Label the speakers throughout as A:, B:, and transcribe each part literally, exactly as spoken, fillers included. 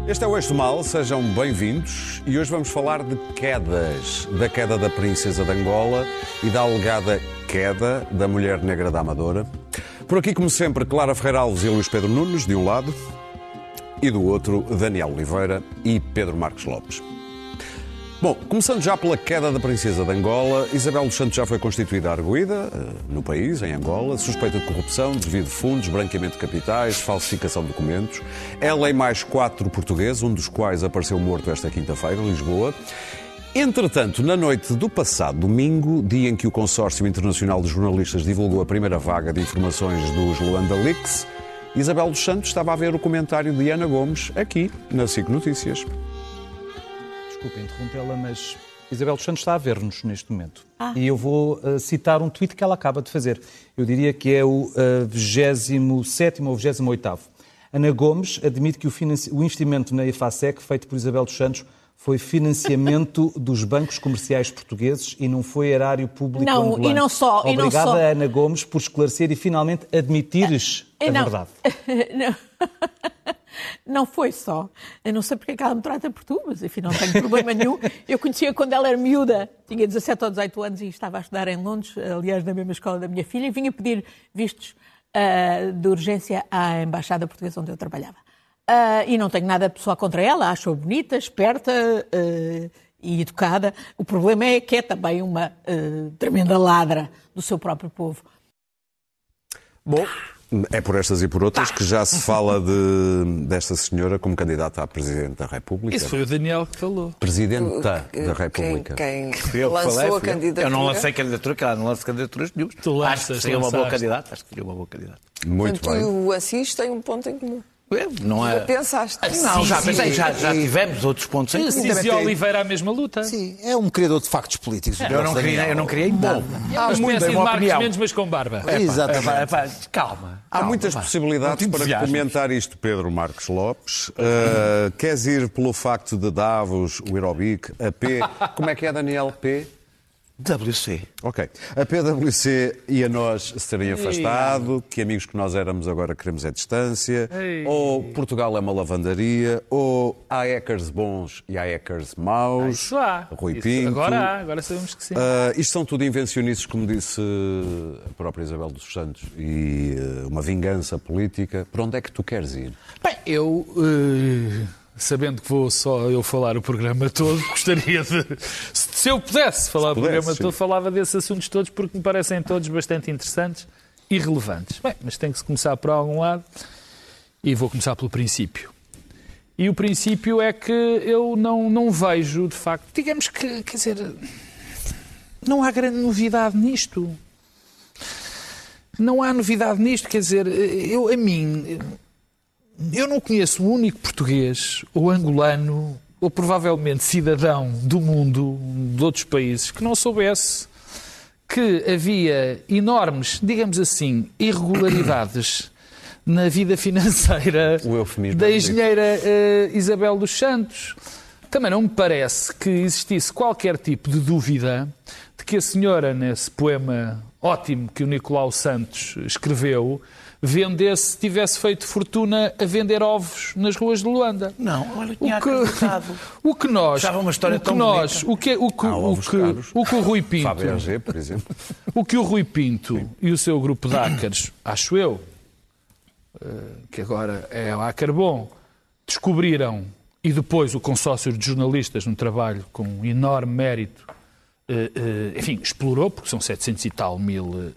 A: Este é o Eixo do Mal, sejam bem-vindos e hoje vamos falar de quedas, da queda da princesa de Angola e da alegada queda da mulher negra da Amadora. Por aqui, como sempre, Clara Ferreira Alves e Luís Pedro Nunes, de um lado, e do outro, Daniel Oliveira e Pedro Marcos Lopes. Bom, começando já pela queda da princesa de Angola, Isabel dos Santos já foi constituída arguida no país, em Angola, suspeita de corrupção, desvio de fundos, branqueamento de capitais, falsificação de documentos. Ela e mais quatro portugueses, um dos quais apareceu morto esta quinta-feira, em Lisboa. Entretanto, na noite do passado domingo, dia em que o Consórcio Internacional de Jornalistas divulgou a primeira vaga de informações dos Luanda Leaks, Isabel dos Santos estava a ver o comentário de Ana Gomes aqui, na S I C Notícias.
B: Desculpe interrompê-la, mas Isabel dos Santos está a ver-nos neste momento. Ah. E eu vou uh, citar um tweet que ela acaba de fazer. Eu diria que é o uh, vigésimo sétimo ou vigésimo oitavo. Ana Gomes admite que o, financi... o investimento na EFASEC feito por Isabel dos Santos foi financiamento dos bancos comerciais portugueses e não foi erário público
C: não,
B: angolano.
C: E não só.
B: Obrigada,
C: e não só...
B: Ana Gomes, por esclarecer e finalmente admitires
C: ah,
B: a
C: não.
B: verdade.
C: Não. Não foi só. Eu não sei porque é que ela me trata por tu, mas enfim, não tenho problema nenhum. Eu conhecia quando ela era miúda, tinha dezassete ou dezoito anos e estava a estudar em Londres, aliás, na mesma escola da minha filha, e vinha pedir vistos uh, de urgência à Embaixada Portuguesa onde eu trabalhava. Uh, e não tenho nada pessoal contra ela, acho-a bonita, esperta uh, e educada. O problema é que é também uma uh, tremenda ladra do seu próprio povo.
A: Bom... É por estas e por outras que já se fala de, desta senhora como candidata a Presidente da República.
D: Isso foi o Daniel que falou.
A: Presidenta o, da República.
E: Quem, quem lançou falei, a candidatura?
D: Eu não lancei candidatura, que ela não lança candidaturas nenhuma.
E: Tu lanças,
D: acho que seria uma boa candidata. Acho que seria uma boa candidata.
A: Muito
E: Portanto,
A: bem.
E: Tu e o Assis têm um ponto em comum.
D: Não é...
E: Já pensaste?
D: Não, já pensei, já, já
F: e...
D: tivemos outros pontos em comum.
F: Assis
D: e
F: Oliveira
D: a mesma luta.
F: Sim, é um criador de factos políticos.
D: É, eu, não queria, eu não queria nada.
F: É uma espécie de Marcos Mendes, mas com barba.
D: É,
F: Exatamente.
D: É, pá, é, pá, calma.
A: Há
D: calma,
A: muitas
D: pá.
A: possibilidades para comentar isto, Pedro Marcos Lopes. Uh, queres ir pelo facto de Davos, o Aerobic, a P... Como é que é, Daniel? P...
D: W C.
A: Ok. A P W C e a nós se terem afastado, que amigos que nós éramos agora queremos é distância, Ei. ou Portugal é uma lavandaria, ou há hackers bons e há hackers maus. Ah,
F: isso há.
A: Rui
F: isso
A: Pinto.
F: Agora há, agora sabemos que sim.
A: Uh, isto são tudo invencionices, como disse a própria Isabel dos Santos, e uh, uma vingança política. Para onde é que tu queres ir?
F: Bem, eu... Uh... Sabendo que vou só eu falar o programa todo, gostaria de... Se eu pudesse falar pudesse, o programa sim. todo, falava desses assuntos todos, porque me parecem todos bastante interessantes e relevantes. Bem, mas tem que se começar por algum lado e vou começar pelo princípio. E o princípio é que eu não, não vejo, de facto... Digamos que, quer dizer, não há grande novidade nisto. Não há novidade nisto, quer dizer, eu, a mim... Eu não conheço um único português ou angolano ou provavelmente cidadão do mundo, de outros países, que não soubesse que havia enormes, digamos assim, irregularidades na vida financeira da engenheira uh, Isabel dos Santos. Também não me parece que existisse qualquer tipo de dúvida de que a senhora, nesse poema ótimo que o Nicolau Santos escreveu, vendesse, tivesse feito fortuna a vender ovos nas ruas de Luanda.
D: Não, olha, tinha
F: o que,
D: acreditado.
F: O que nós...
D: Estava uma história
F: o que
D: tão
F: nós,
D: bonita.
F: o que, o que,
A: Há
F: o que, o que o Rui Pinto...
A: Fábio R G, por exemplo.
F: O que o Rui Pinto Sim. e o seu grupo de hackers, acho eu, que agora é o Hacker Bom, descobriram, e depois o consórcio de jornalistas, num trabalho com um enorme mérito, enfim, explorou, porque são setecentos e tal mil...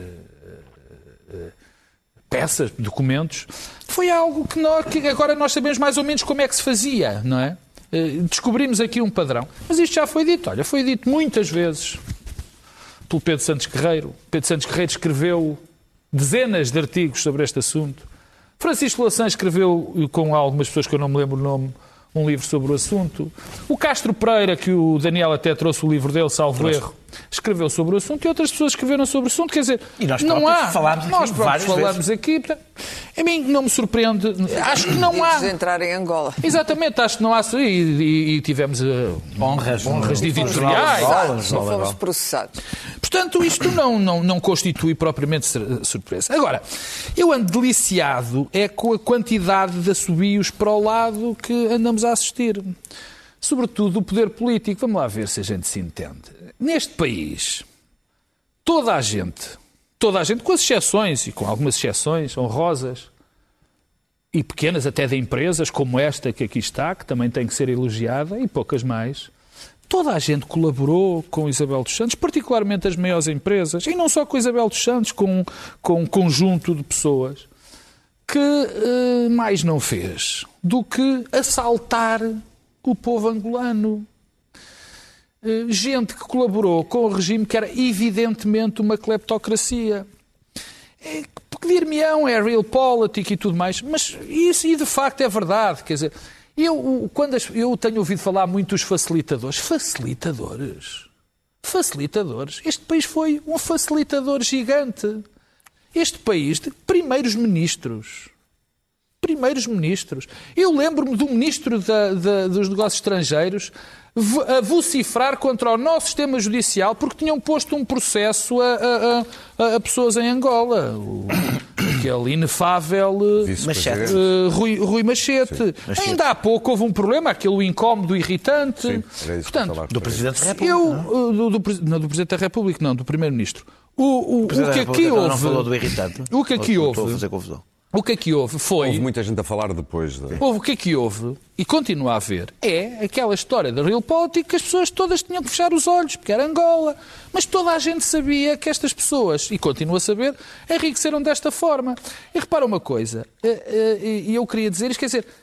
F: peças, documentos, foi algo que, nós, que agora nós sabemos mais ou menos como é que se fazia, não é? Descobrimos aqui um padrão. Mas isto já foi dito, olha, foi dito muitas vezes pelo Pedro Santos Guerreiro. Pedro Santos Guerreiro escreveu dezenas de artigos sobre este assunto. Francisco Louçã escreveu, com algumas pessoas que eu não me lembro o nome, um livro sobre o assunto. O Castro Pereira, que o Daniel até trouxe o livro dele, salvo erro, escreveu sobre o assunto e outras pessoas escreveram sobre o assunto. Quer dizer,
D: e nós
F: não há.
D: Falámos
F: nós
D: aqui
F: próprios falámos
D: vezes.
F: aqui. A mim não me surpreende. Acho que não há.
E: De entrar em Angola.
F: Exatamente, acho que não há. E, e, e tivemos uh,
D: honras,
F: honras de
E: Fomos
F: editoriais.
E: processados, não fomos processados.
F: Portanto, isto não, não, não constitui propriamente surpresa. Agora, eu ando deliciado é com a quantidade de assobios para o lado que andamos a assistir. Sobretudo o poder político. Vamos lá ver se a gente se entende. Neste país, toda a gente, toda a gente, com as exceções, e com algumas exceções honrosas, e pequenas até de empresas, como esta que aqui está, que também tem que ser elogiada, e poucas mais, toda a gente colaborou com Isabel dos Santos, particularmente as maiores empresas, e não só com Isabel dos Santos, com, com um conjunto de pessoas, que eh, mais não fez do que assaltar o povo angolano. Eh, gente que colaborou com o regime que era evidentemente uma cleptocracia. É, porque dir-me-ão, é realpolitik e tudo mais, mas isso e de facto é verdade, quer dizer... Eu, quando as, eu tenho ouvido falar muito dos facilitadores. Facilitadores? Facilitadores? Este país foi um facilitador gigante. Este país de primeiros ministros. Primeiros ministros. Eu lembro-me do ministro da, da, dos negócios estrangeiros a vocifrar contra o nosso sistema judicial porque tinham posto um processo a, a, a, a pessoas em Angola. O, aquele inefável
D: Machete.
F: Uh, Rui, Rui Machete.
D: Sim, Machete.
F: Ainda há pouco houve um problema, aquele incómodo irritante.
A: Sim, era isso que eu
F: Portanto,
A: falar.
D: Do Presidente da República.
F: eu,
D: não?
F: uh, do, do, não, do Presidente da República, não, do Primeiro-Ministro. O, o,
D: O Presidente
F: o que
D: da
F: aqui
D: República
F: houve.
D: não falou do irritante.
F: O que aqui
D: Ou
F: houve.
D: Estou a fazer confusão.
F: O que aqui houve foi.
A: Houve muita gente a falar depois. De...
F: Houve o que aqui houve, e continua a haver, é aquela história da realpolitik que as pessoas todas tinham que fechar os olhos, porque era Angola. Mas toda a gente sabia que estas pessoas, e continua a saber, enriqueceram desta forma. E repara uma coisa, e eu queria dizer isto, quer dizer,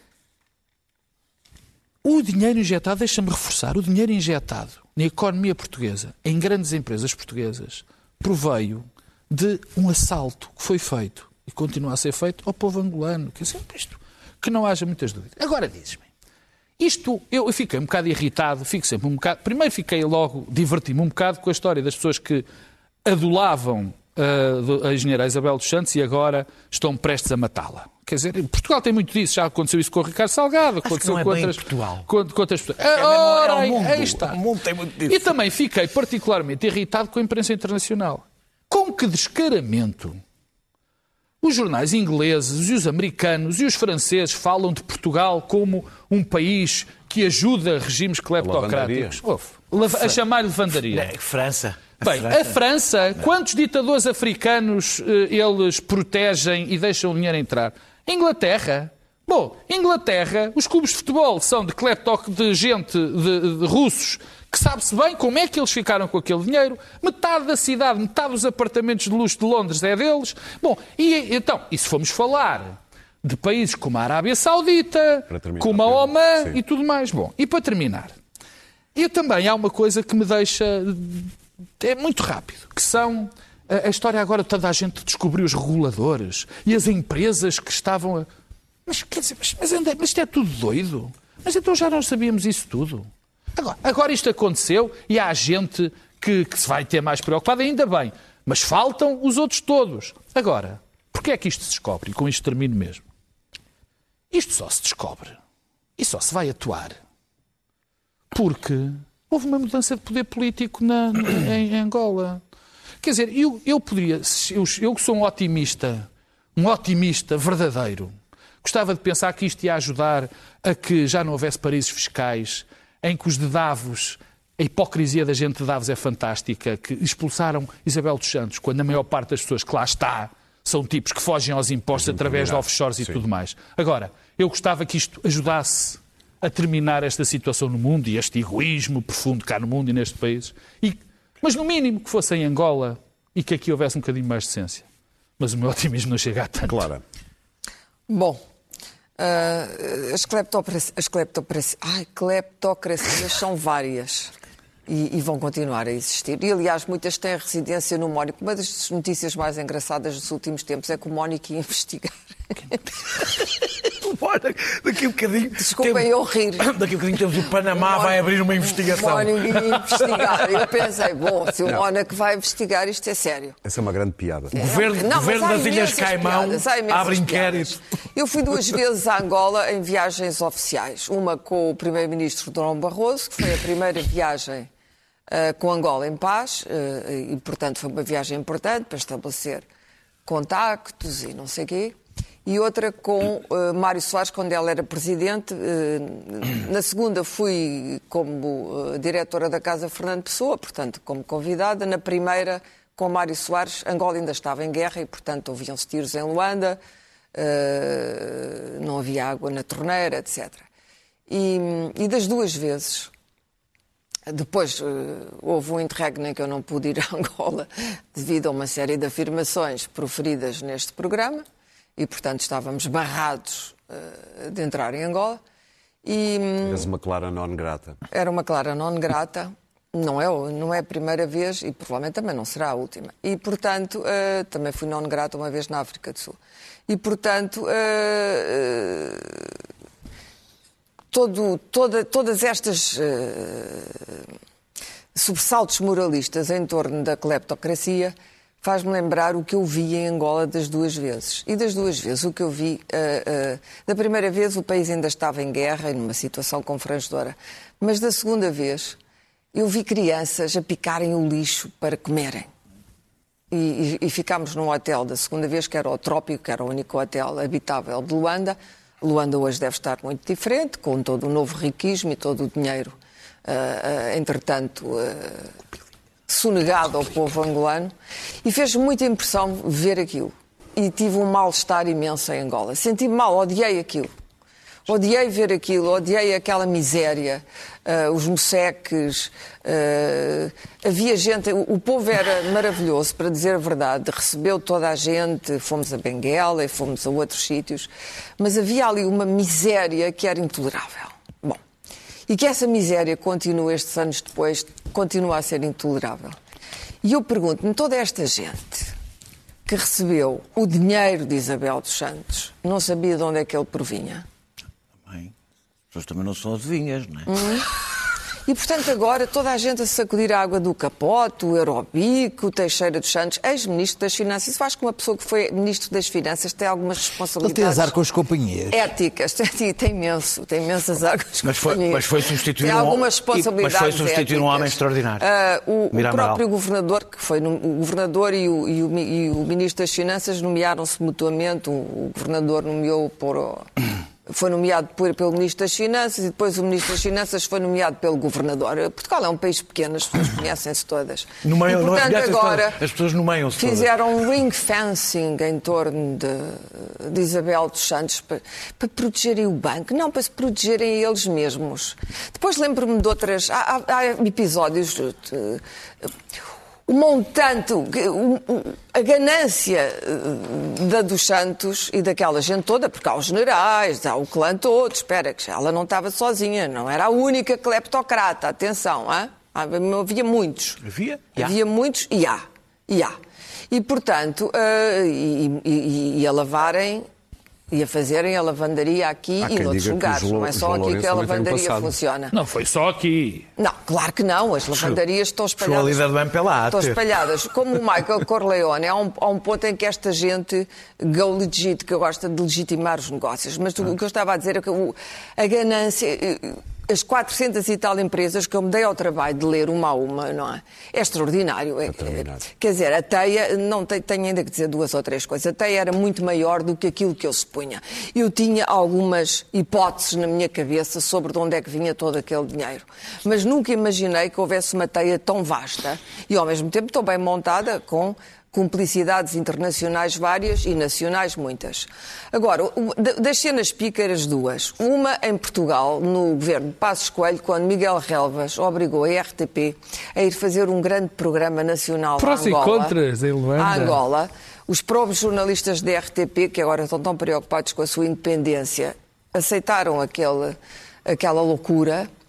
F: o dinheiro injetado, deixa-me reforçar, o dinheiro injetado na economia portuguesa, em grandes empresas portuguesas, proveio de um assalto que foi feito e continua a ser feito ao povo angolano. Quer dizer, isto, que não haja muitas dúvidas. Agora dizes-me, isto, eu fiquei um bocado irritado, fico sempre um bocado... Primeiro fiquei logo, diverti-me um bocado com a história das pessoas que adulavam uh, a engenheira Isabel dos Santos e agora estão prestes a matá-la. Quer dizer, Portugal tem muito disso, já aconteceu isso com o Ricardo Salgado,
D: Acho
F: aconteceu
D: que não é
F: com,
D: bem
F: outras,
D: Portugal.
F: com, com outras pessoas.
D: É,
F: Ora,
D: é o mundo.
F: aí está.
D: O mundo tem muito disso.
F: E também fiquei particularmente irritado com a imprensa internacional. Com que descaramento os jornais ingleses e os americanos e os franceses falam de Portugal como um país que ajuda regimes cleptocráticos. Ouve, a chamar-lhe lavandaria.
D: É, França. A
F: Bem,
D: França.
F: a França, quantos ditadores africanos eh, eles protegem e deixam o dinheiro entrar? A Inglaterra. Bom, Inglaterra, os clubes de futebol são de cleptoc de gente, de, de russos, que sabe-se bem como é que eles ficaram com aquele dinheiro. Metade da cidade, metade dos apartamentos de luxo de Londres é deles. Bom, e então, e se formos falar de países como a Arábia Saudita, como a Oman
A: Sim.
F: e tudo mais. Bom, e para terminar, eu também há uma coisa que me deixa... É muito rápido, que são... A história agora, toda a gente descobriu os reguladores e as empresas que estavam a... Mas, quer dizer, mas, mas, André, mas isto é tudo doido. Mas então já não sabíamos isso tudo. Agora, agora isto aconteceu e há gente que, que se vai ter mais preocupada, ainda bem. Mas faltam os outros todos. Agora, porquê é que isto se descobre? E com isto termino mesmo. Isto só se descobre e só se vai atuar porque houve uma mudança de poder político na, na, em Angola. Quer dizer, eu, eu poderia... Eu, eu que sou um otimista, um otimista verdadeiro, gostava de pensar que isto ia ajudar a que já não houvesse paraísos fiscais, em que os de Davos, a hipocrisia da gente de Davos é fantástica, que expulsaram Isabel dos Santos, quando a maior parte das pessoas que lá está são tipos que fogem aos impostos através de offshores e
A: Sim.
F: tudo mais. Agora, eu gostava que isto ajudasse a terminar esta situação no mundo e este egoísmo profundo cá no mundo e neste país. E, mas no mínimo que fosse em Angola e que aqui houvesse um bocadinho mais de decência. Mas o meu otimismo não chega a tanto.
A: Clara.
E: Bom, uh, as, cleptocracias, as cleptocracias, ai, cleptocracias são várias e, e vão continuar a existir. E, aliás, muitas têm residência no Mónico. Uma das notícias mais engraçadas dos últimos tempos é que o Mónico ia investigar.
F: Olha, daqui a um bocadinho...
E: Desculpem
F: temos-
E: eu rir.
F: Daqui a um bocadinho temos o Panamá, vai abrir uma investigação.
E: Mónica ia investigar. Eu pensei, bom, se o Mónaco vai investigar, isto é sério.
A: Essa é uma grande piada.
F: O governo,
E: Não, mas
F: governo
E: há
F: das Ilhas
E: imensas
F: Caimão
E: piadas, há imensas
F: abre
E: piadas.
F: inquérito.
E: Eu fui duas vezes a Angola em viagens oficiais. Uma com o primeiro-ministro Durão Barroso, que foi a primeira viagem uh, com Angola em paz, uh, e, portanto, foi uma viagem importante para estabelecer contactos e não sei o quê. E outra com uh, Mário Soares, quando ele era presidente. Uh, na segunda fui como uh, diretora da Casa Fernando Pessoa, portanto, como convidada. Na primeira, com Mário Soares, Angola ainda estava em guerra e, portanto, ouviam-se tiros em Luanda, uh, não havia água na torneira, etcétera. E, e das duas vezes, depois uh, houve um interregno em que eu não pude ir a Angola devido a uma série de afirmações proferidas neste programa. E, portanto, estávamos barrados uh, de entrar em Angola. E
A: És uma clara non grata.
E: era uma clara non grata. Não é, não é a primeira vez e provavelmente também não será a última. E, portanto, uh, também fui non grata uma vez na África do Sul. E, portanto, uh, uh, todo, toda, todas estas uh, sobressaltos moralistas em torno da cleptocracia faz-me lembrar o que eu vi em Angola das duas vezes. E das duas vezes o que eu vi... Uh, uh, da primeira vez o país ainda estava em guerra e numa situação confrangedora. Mas da segunda vez eu vi crianças a picarem o lixo para comerem. E, e, e ficámos num hotel da segunda vez, que era o Trópico, que era o único hotel habitável de Luanda. Luanda hoje deve estar muito diferente, com todo o novo riquismo e todo o dinheiro, uh, uh, entretanto... Uh, sonegado ao povo angolano, e fez muita impressão ver aquilo. E tive um mal-estar imenso em Angola. Senti-me mal, odiei aquilo. Odiei ver aquilo, odiei aquela miséria, uh, os moceques, uh, havia gente, o, o povo era maravilhoso, para dizer a verdade, recebeu toda a gente, fomos a Benguela e fomos a outros sítios, mas havia ali uma miséria que era intolerável. Bom, e que essa miséria continua estes anos depois, continua a ser intolerável. E eu pergunto-me, toda esta gente que recebeu o dinheiro de Isabel dos Santos, não sabia de onde é que ele provinha?
D: Também. As pessoas também não são adivinhas, não é?
E: Hum? E, portanto, agora toda a gente a sacudir a água do capote, o Eurobico, o Teixeira dos Santos, ex-ministro das Finanças. Isso faz que uma pessoa que foi ministro das Finanças tem algumas
G: Ele
E: responsabilidades...
G: tem azar com as companhias.
E: Éticas. Tem, tem imenso. Tem imensas águas
D: Mas foi, mas foi substituir
E: Tem
D: um
E: algumas
D: homem-
E: responsabilidades
D: Mas foi substituir um
E: éticas.
D: homem extraordinário.
E: Ah, o, o
D: Miranda
E: próprio
D: Amaral.
E: governador, que foi no- o governador e o, e o, e o ministro das Finanças nomearam-se mutuamente. O, o governador nomeou por... o- Foi nomeado por, pelo Ministro das Finanças e depois o Ministro das Finanças foi nomeado pelo Governador. Portugal é um país pequeno, as pessoas conhecem-se todas.
D: Nomeiam-
E: e,
D: não é-
E: portanto,
D: conhecem-se
E: agora
D: todas. As pessoas nomeiam-se todas.
E: fizeram um ring fencing em torno de, de Isabel dos Santos para, para protegerem o banco. Não, para se protegerem eles mesmos. Depois lembro-me de outras... Há, há- há episódios... De, de, o montante, o- o- a ganância eh, da dos Santos e daquela gente toda, porque há os generais, há o clã todo, espera, que ela não estava sozinha, não era a única cleptocrata, atenção, hein? Havia muitos.
D: Havia? E há.
E: Havia muitos e há, e há. E, portanto, eh, e, e- e a lavarem e a fazerem a lavandaria aqui
A: Há
E: e
A: quem
E: noutros
A: diga que
E: lugares.
A: o João-
E: Não é só
A: João
E: aqui que a
A: Lourenço também tem um
E: lavandaria
A: passado.
E: funciona.
F: Não, foi só aqui.
E: Não, claro que não. As lavandarias estão espalhadas.
D: Foi a líder do M P L A,
E: Estão
D: teve.
E: espalhadas. Como o Michael Corleone, há um, há um ponto em que esta gente go legit, que gosta de legitimar os negócios. Mas tu- o que eu estava a dizer é que o- a ganância... eh, As quatrocentas e tal empresas que eu me dei ao trabalho de ler uma a uma, não é? É extraordinário. É,
A: Determinado.
E: é, quer dizer, a teia, não te- tenho ainda que dizer duas ou três coisas. A teia era muito maior do que aquilo que eu supunha. Eu tinha algumas hipóteses na minha cabeça sobre de onde é que vinha todo aquele dinheiro. Mas nunca imaginei que houvesse uma teia tão vasta e, ao mesmo tempo, tão bem montada com cumplicidades internacionais várias e nacionais muitas. Agora, o- da- das cenas pícaras, duas. Uma em Portugal, no governo de Passos Coelho, quando Miguel Relvas obrigou a R T P a ir fazer um grande programa nacional
F: Prós
E: à
F: e
E: Angola.
F: contras em Luanda.
E: À Angola. Os próprios jornalistas da R T P, que agora estão tão preocupados com a sua independência, aceitaram aquele, aquela loucura.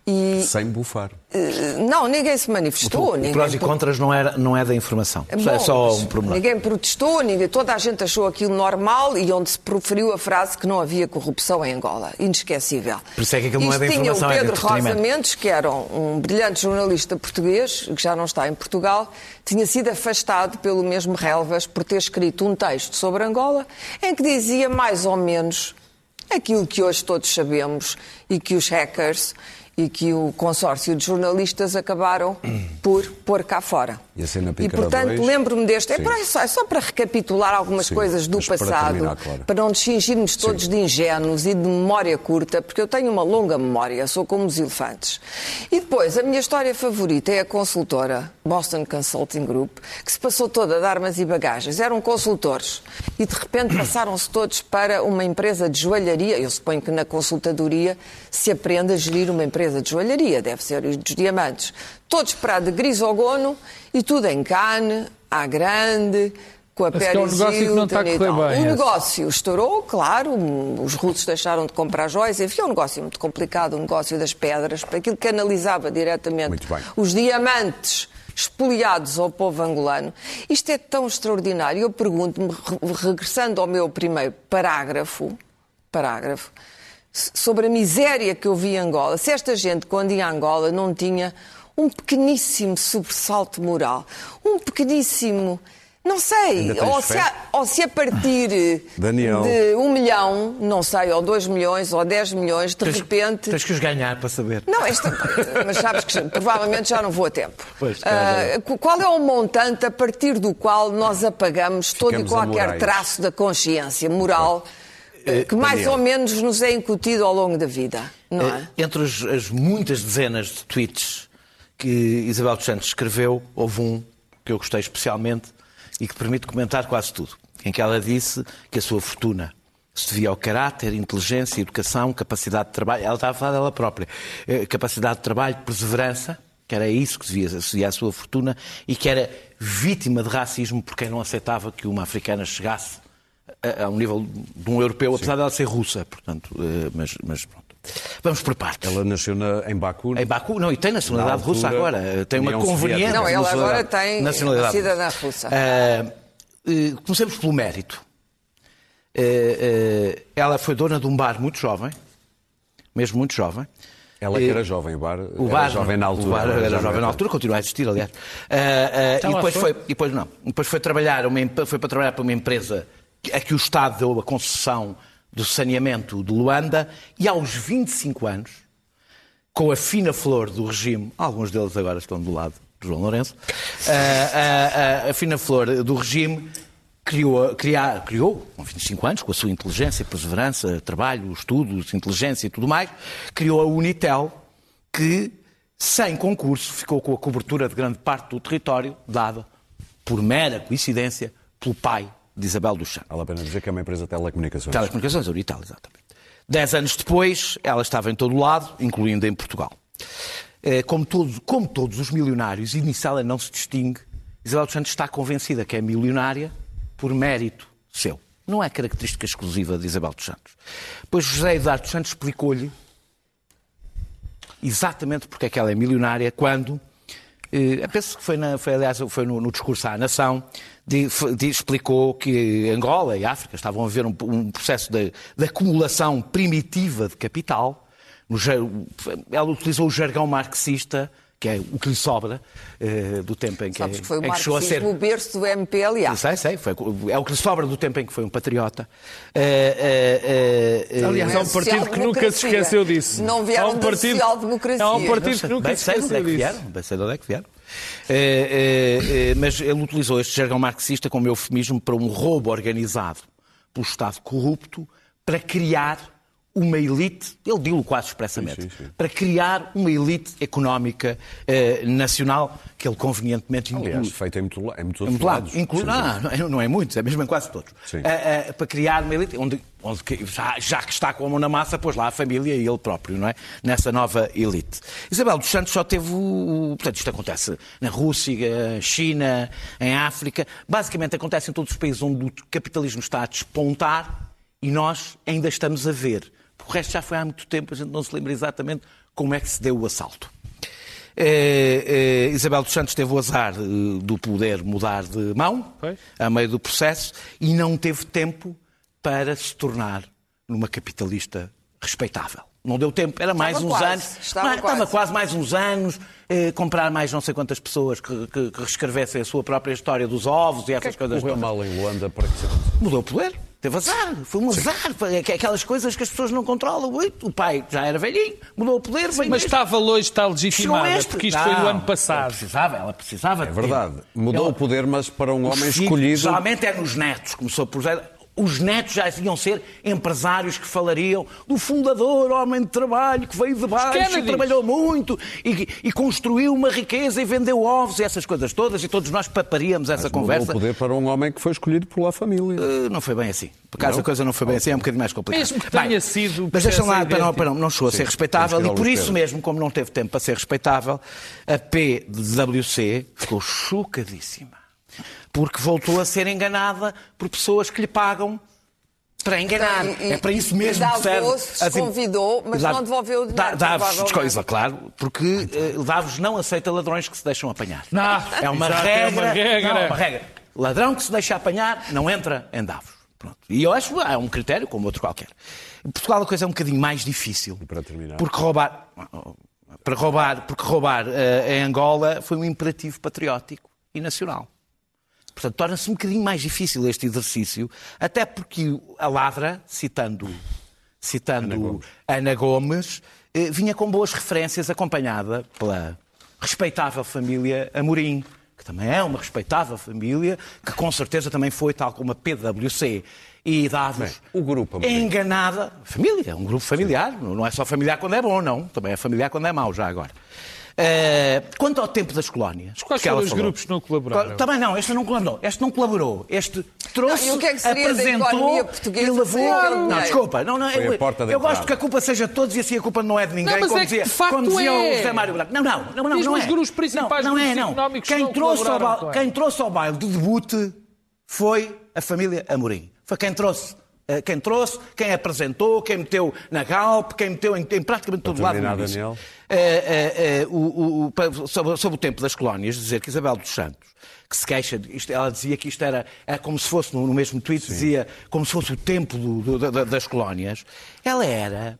E: E,
A: Sem bufar.
E: não, ninguém se manifestou.
D: O
E: ninguém
D: prós e contras não, era, não é da informação.
E: Bom,
D: é só um pormenor.
E: Ninguém protestou, ninguém, toda a gente achou aquilo normal e onde se proferiu a frase que não havia corrupção em Angola. Inesquecível.
D: Por isso é que aquilo não é
E: Isto
D: da informação,
E: tinha
D: é
E: o
D: de
E: Pedro Rosa
D: entretenimento.
E: Mendes, que era um brilhante jornalista português, que já não está em Portugal, tinha sido afastado pelo mesmo Relvas por ter escrito um texto sobre Angola em que dizia mais ou menos aquilo que hoje todos sabemos e que os hackers e que o consórcio de jornalistas acabaram por pôr cá fora.
A: E a cena
E: E,
A: Pícara
E: portanto,
A: dois?
E: lembro-me deste... É,
A: Sim.
E: para- é só, é só para recapitular algumas
A: Sim,
E: coisas do
A: mas para
E: passado,
A: terminar, claro.
E: para não nos fingirmos todos
A: Sim.
E: de ingênuos e de memória curta, porque eu tenho uma longa memória, sou como os elefantes. E depois, a minha história favorita é a consultora Boston Consulting Group, que se passou toda de armas e bagagens. Eram consultores e, de repente, passaram-se todos para uma empresa de joalharia. Eu suponho que na consultadoria se aprende a gerir uma empresa de joalharia, deve ser os dos diamantes. Todos para de grisogono e tudo em Cannes, à grande, com a
F: Mas que é um
E: Paris
F: negócio que não está a
E: Hilton e
F: correr
E: tal.
F: bem,
E: O
F: esse.
E: negócio estourou, claro, os russos deixaram de comprar joias, enfim, é um negócio muito complicado, o negócio das pedras, para aquilo que analisava diretamente
A: Muito bem.
E: os diamantes espoliados ao povo angolano. Isto é tão extraordinário. Eu pergunto-me, re- regressando ao meu primeiro parágrafo, parágrafo, s- sobre a miséria que eu vi em Angola, se esta gente, quando ia a Angola, não tinha um pequeníssimo sobressalto moral, um pequeníssimo... Não sei,
A: Ainda tens
E: ou
A: fé?
E: se, a, ou se a partir
A: Daniel.
E: de um milhão, não sei, ou dois milhões, ou dez milhões, de
D: Tens-
E: repente...
D: Tens que os ganhar para saber.
E: Não, esta, mas sabes que provavelmente já não vou a tempo.
D: Pois,
E: Ah, qual é o montante a partir do qual nós apagamos todo e
A: Ficamos
E: qualquer
A: amorais.
E: traço da consciência moral eh, que mais
A: Daniel.
E: ou menos nos é incutido ao longo da vida, não é?
D: Eh, Entre os- as muitas dezenas de tweets que Isabel dos Santos escreveu, houve um que eu gostei especialmente e que permite comentar quase tudo, em que ela disse que a sua fortuna se devia ao caráter, inteligência, educação, capacidade de trabalho, ela estava a falar dela própria, eh, capacidade de trabalho, perseverança, que era isso que devia associar à sua fortuna, e que era vítima de racismo por quem não aceitava que uma africana chegasse a, a um nível de um europeu, apesar dela ser russa, portanto, eh, mas, mas pronto. Vamos por partes.
A: Ela nasceu na- em Baku.
D: Em Baku, não, e tem nacionalidade
A: Na
D: russa
A: altura,
D: agora. Tem uma
A: União
D: conveniente
A: Soviética.
E: Não, ela agora
D: nacionalidade-
E: tem
D: nacionalidade
E: cidadã russa.
D: Ah, eh, comecemos pelo mérito. Eh, eh, ela foi dona de um bar muito jovem, mesmo muito jovem.
A: Ela que era jovem, o bar,
D: O
A: era
D: bar,
A: jovem na altura.
D: O bar
A: agora
D: era
A: já não
D: jovem
A: é
D: na
A: tanto.
D: altura, continua a existir, aliás. Ah, ah, e
F: lá
D: depois
F: foi?
D: foi, e depois não. Depois foi trabalhar, uma, emp- foi para trabalhar para uma empresa a que o Estado deu a concessão do saneamento de Luanda e aos vinte e cinco anos, com a fina flor do regime, alguns deles agora estão do lado de João Lourenço, ah, ah, ah, a fina flor do regime criou, criar, criou, com vinte e cinco anos, com a sua inteligência, perseverança, trabalho, estudos, inteligência e tudo mais, criou a Unitel, que, sem concurso, ficou com a cobertura de grande parte do território, dada, por mera coincidência, pelo pai de Isabel dos Santos.
A: Vale a pena dizer que é uma empresa de telecomunicações.
D: Telecomunicações, a Unitel, exatamente. Dez anos depois, ela estava em todo o lado, incluindo em Portugal. Eh, Como todos, como todos os milionários, e nisso ela não se distingue, Isabel dos Santos está convencida que é milionária por mérito seu. Não é característica exclusiva de Isabel dos Santos. Pois José Eduardo dos Santos explicou-lhe exatamente porque é que ela é milionária quando, eh, eu penso que foi, na, foi aliás, foi no, no discurso à nação, de, de, explicou que Angola e África estavam a ver um, um processo de, de acumulação primitiva de capital. No, ela utilizou o jargão marxista, que é o que lhe sobra eh, do tempo em que,
E: Sabes que foi o
D: em que chegou a ser...
E: marxismo o berço do M P L A.
D: Sei, sei, foi, é o que lhe sobra do tempo em que foi um patriota. Eh, eh, eh,
F: Aliás, há um partido que nunca se esqueceu disso.
E: Não vieram
F: Há um
E: da
F: partido-
E: social-democracia.
F: há um partido
D: Não sei,
F: que nunca
D: bem
F: se
D: sei de onde é
F: esqueceu
D: que
F: disso.
D: vieram, bem sei de onde é que vieram. Eh, eh, eh, mas ele utilizou este jargão marxista como eufemismo para um roubo organizado pelo Estado corrupto para criar uma elite, ele disse-o quase expressamente,
A: Sim, sim, sim.
D: para criar uma elite económica eh, nacional que ele convenientemente inclui.
A: Aliás, feito em muito, la- em muitos
D: Em
A: outros
D: plano,
A: lados.
D: inclui,
A: Sim,
D: não, não é- não é muitos, é mesmo em quase todos.
A: Sim.
D: Ah, ah, para criar uma elite, onde, onde que- já, já que está com a mão na massa, pôs lá a família e ele próprio, não é? Nessa nova elite. Isabel dos Santos só teve o... Portanto, isto acontece na Rússia, China, em África. Basicamente acontece em todos os países onde o capitalismo está a despontar e nós ainda estamos a ver, O resto já foi há muito tempo, a gente não se lembra exatamente como é que se deu o assalto. Eh, eh, Isabel dos Santos teve o azar eh, do poder mudar de mão, pois, a meio do processo, e não teve tempo para se tornar numa capitalista respeitável. Não deu tempo, era mais
E: estava
D: uns
E: quase,
D: anos.
E: Estava,
D: mas,
E: quase.
D: estava quase mais uns anos, eh, comprar mais não sei quantas pessoas que, que, que reescrevessem a sua própria história dos ovos e essas
A: que
D: coisas.
A: Correu mal em Luanda para que se aconteça?
D: Mudou o poder. Teve azar, foi um azar, foi aquelas coisas que as pessoas não controlam. O pai já era velhinho, mudou o poder.
F: Sim, mas estava longe, está legitimada, porque isto
D: não,
F: foi o ano passado.
D: Ela precisava, ela precisava.
A: É verdade, mudou
D: ela,
A: o poder, mas para um homem
D: filhos,
A: escolhido...
D: Geralmente é nos netos, começou por... Os netos já iam ser empresários que falariam do fundador, homem de trabalho, que veio de baixo e trabalhou muito e, e construiu uma riqueza e vendeu ovos e essas coisas todas, e todos nós paparíamos essa
A: mas
D: conversa.
A: Mudou o poder para um homem que foi escolhido pela família.
D: Uh, não foi bem assim. Por acaso
A: não?
D: a coisa não foi bem assim, é um bocadinho mais complicado.
F: Mesmo que tenha
D: bem,
F: sido...
D: Mas deixam lá, para não, para não, não chegou a ser
A: Sim,
D: respeitável, e por isso
A: Pedro.
D: mesmo, como não teve tempo para ser respeitável, a P W C ficou chocadíssima. Porque voltou a ser enganada por pessoas que lhe pagam para enganar.
E: E, e,
D: é para isso mesmo
E: e
D: que serve.
E: Davos
D: Assim,
E: convidou, mas não devolveu o dinheiro.
D: Davos, coisa, claro, porque uh, Davos não aceita ladrões que se deixam apanhar.
F: Não,
D: é uma
F: exato,
D: regra.
F: é uma regra.
D: Não, é uma regra. Ladrão que se deixa apanhar não entra em Davos. Pronto. E eu acho que é um critério como outro qualquer. Em Portugal a coisa é um bocadinho mais difícil.
A: E para terminar.
D: Porque roubar, para roubar, porque roubar uh, em Angola foi um imperativo patriótico e nacional. Portanto, torna-se um bocadinho mais difícil este exercício, até porque a Ladra, citando, citando Ana Gomes, Ana Gomes eh, vinha com boas referências, acompanhada pela respeitável família Amorim, que também é uma respeitável família, que com certeza também foi tal como a P W C. E Davos,
A: o grupo Amorim.
D: enganada. Família, é um grupo familiar, não é só familiar quando é bom, não. Também é familiar quando é mau, já agora. Uh, quanto ao tempo das colónias...
F: Quais foram os grupos que não colaboraram?
D: Também não, este não colaborou. Este não colaborou. Este trouxe,
E: não, e o que é que seria
D: apresentou
E: da economia portuguesa
D: e levou...
E: sem aquele
D: Não,
E: dinheiro?
D: desculpa. Não, não,
A: Foi
D: eu
A: a porta da
D: eu
A: entrada.
D: gosto que a culpa seja de todos e assim a culpa não é de ninguém,
F: Não, mas
D: como
F: é que
D: dizia,
F: de facto
D: como dizia
F: é.
D: o José Mário Branco. Não, não, não, não,
F: Diz-me
D: não é.
F: os grupos principais
D: não, não é,
F: grupos
D: não.
F: económicos que
D: Quem
F: não
D: trouxe, ao
F: colaboraram
D: baile,
F: com
D: quem trouxe ao baile de debut foi a família Amorim. Foi quem trouxe. Quem trouxe, quem apresentou, quem meteu na Galp, quem meteu em, em praticamente todo lado.
A: terminar, Daniel.
D: Uh, uh, uh, o, o, sobre, sobre o tempo das colónias, dizer que Isabel dos Santos, que se queixa, isto, ela dizia que isto era, era como se fosse, no, no mesmo tweet, Sim. dizia como se fosse o tempo do, do, do, das colónias. Ela era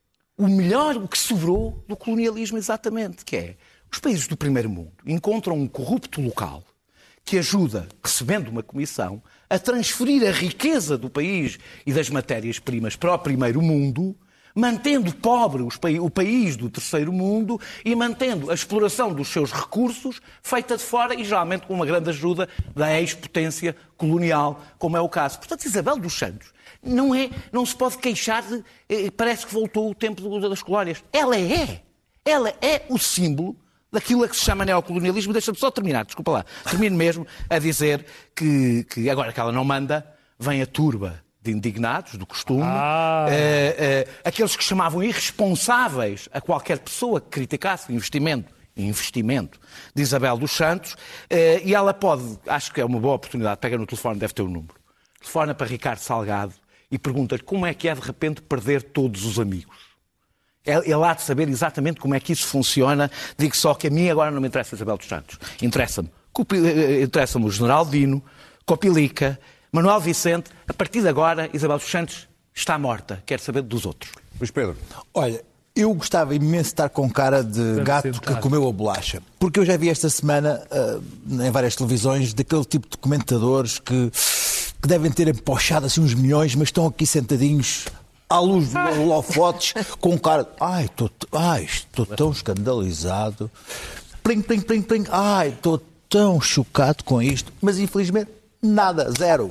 D: o melhor, o que sobrou do colonialismo, exatamente, que é os países do primeiro mundo encontram um corrupto local que ajuda, recebendo uma comissão, a transferir a riqueza do país e das matérias-primas para o primeiro mundo, mantendo pobre os pa- o país do terceiro mundo e mantendo a exploração dos seus recursos feita de fora e geralmente com uma grande ajuda da ex-potência colonial, como é o caso. Portanto, Isabel dos Santos não, é, não se pode queixar de... Eh, parece que voltou o tempo das colónias. Ela é. Ela é o símbolo daquilo a que se chama neocolonialismo. Deixa-me só terminar, desculpa lá. Termino mesmo a dizer que, que agora que ela não manda, vem a turba de indignados, do costume, ah. uh, uh, aqueles que chamavam irresponsáveis a qualquer pessoa que criticasse o investimento, investimento de Isabel dos Santos, uh, e ela pode, acho que é uma boa oportunidade, pega no telefone, deve ter o número, telefona para Ricardo Salgado e pergunta-lhe como é que é de repente perder todos os amigos. Ele há de saber exatamente como é que isso funciona. Digo só que a mim agora não me interessa Isabel dos Santos. Interessa-me, interessa-me o General Dino, Copilica, Manuel Vicente. A partir de agora, Isabel dos Santos está morta. Quero saber dos outros.
A: Luís Pedro.
G: Olha, eu gostava imenso de estar com cara de gato que comeu a bolacha. Porque eu já vi esta semana, uh, em várias televisões, daquele tipo de comentadores que, que devem ter empochado assim uns milhões, mas estão aqui sentadinhos à luz de holofotes, com cara de, ai, estou ai, estou tão escandalizado, plim, plim, plim, plim, ai, estou tão chocado com isto, mas infelizmente nada, zero.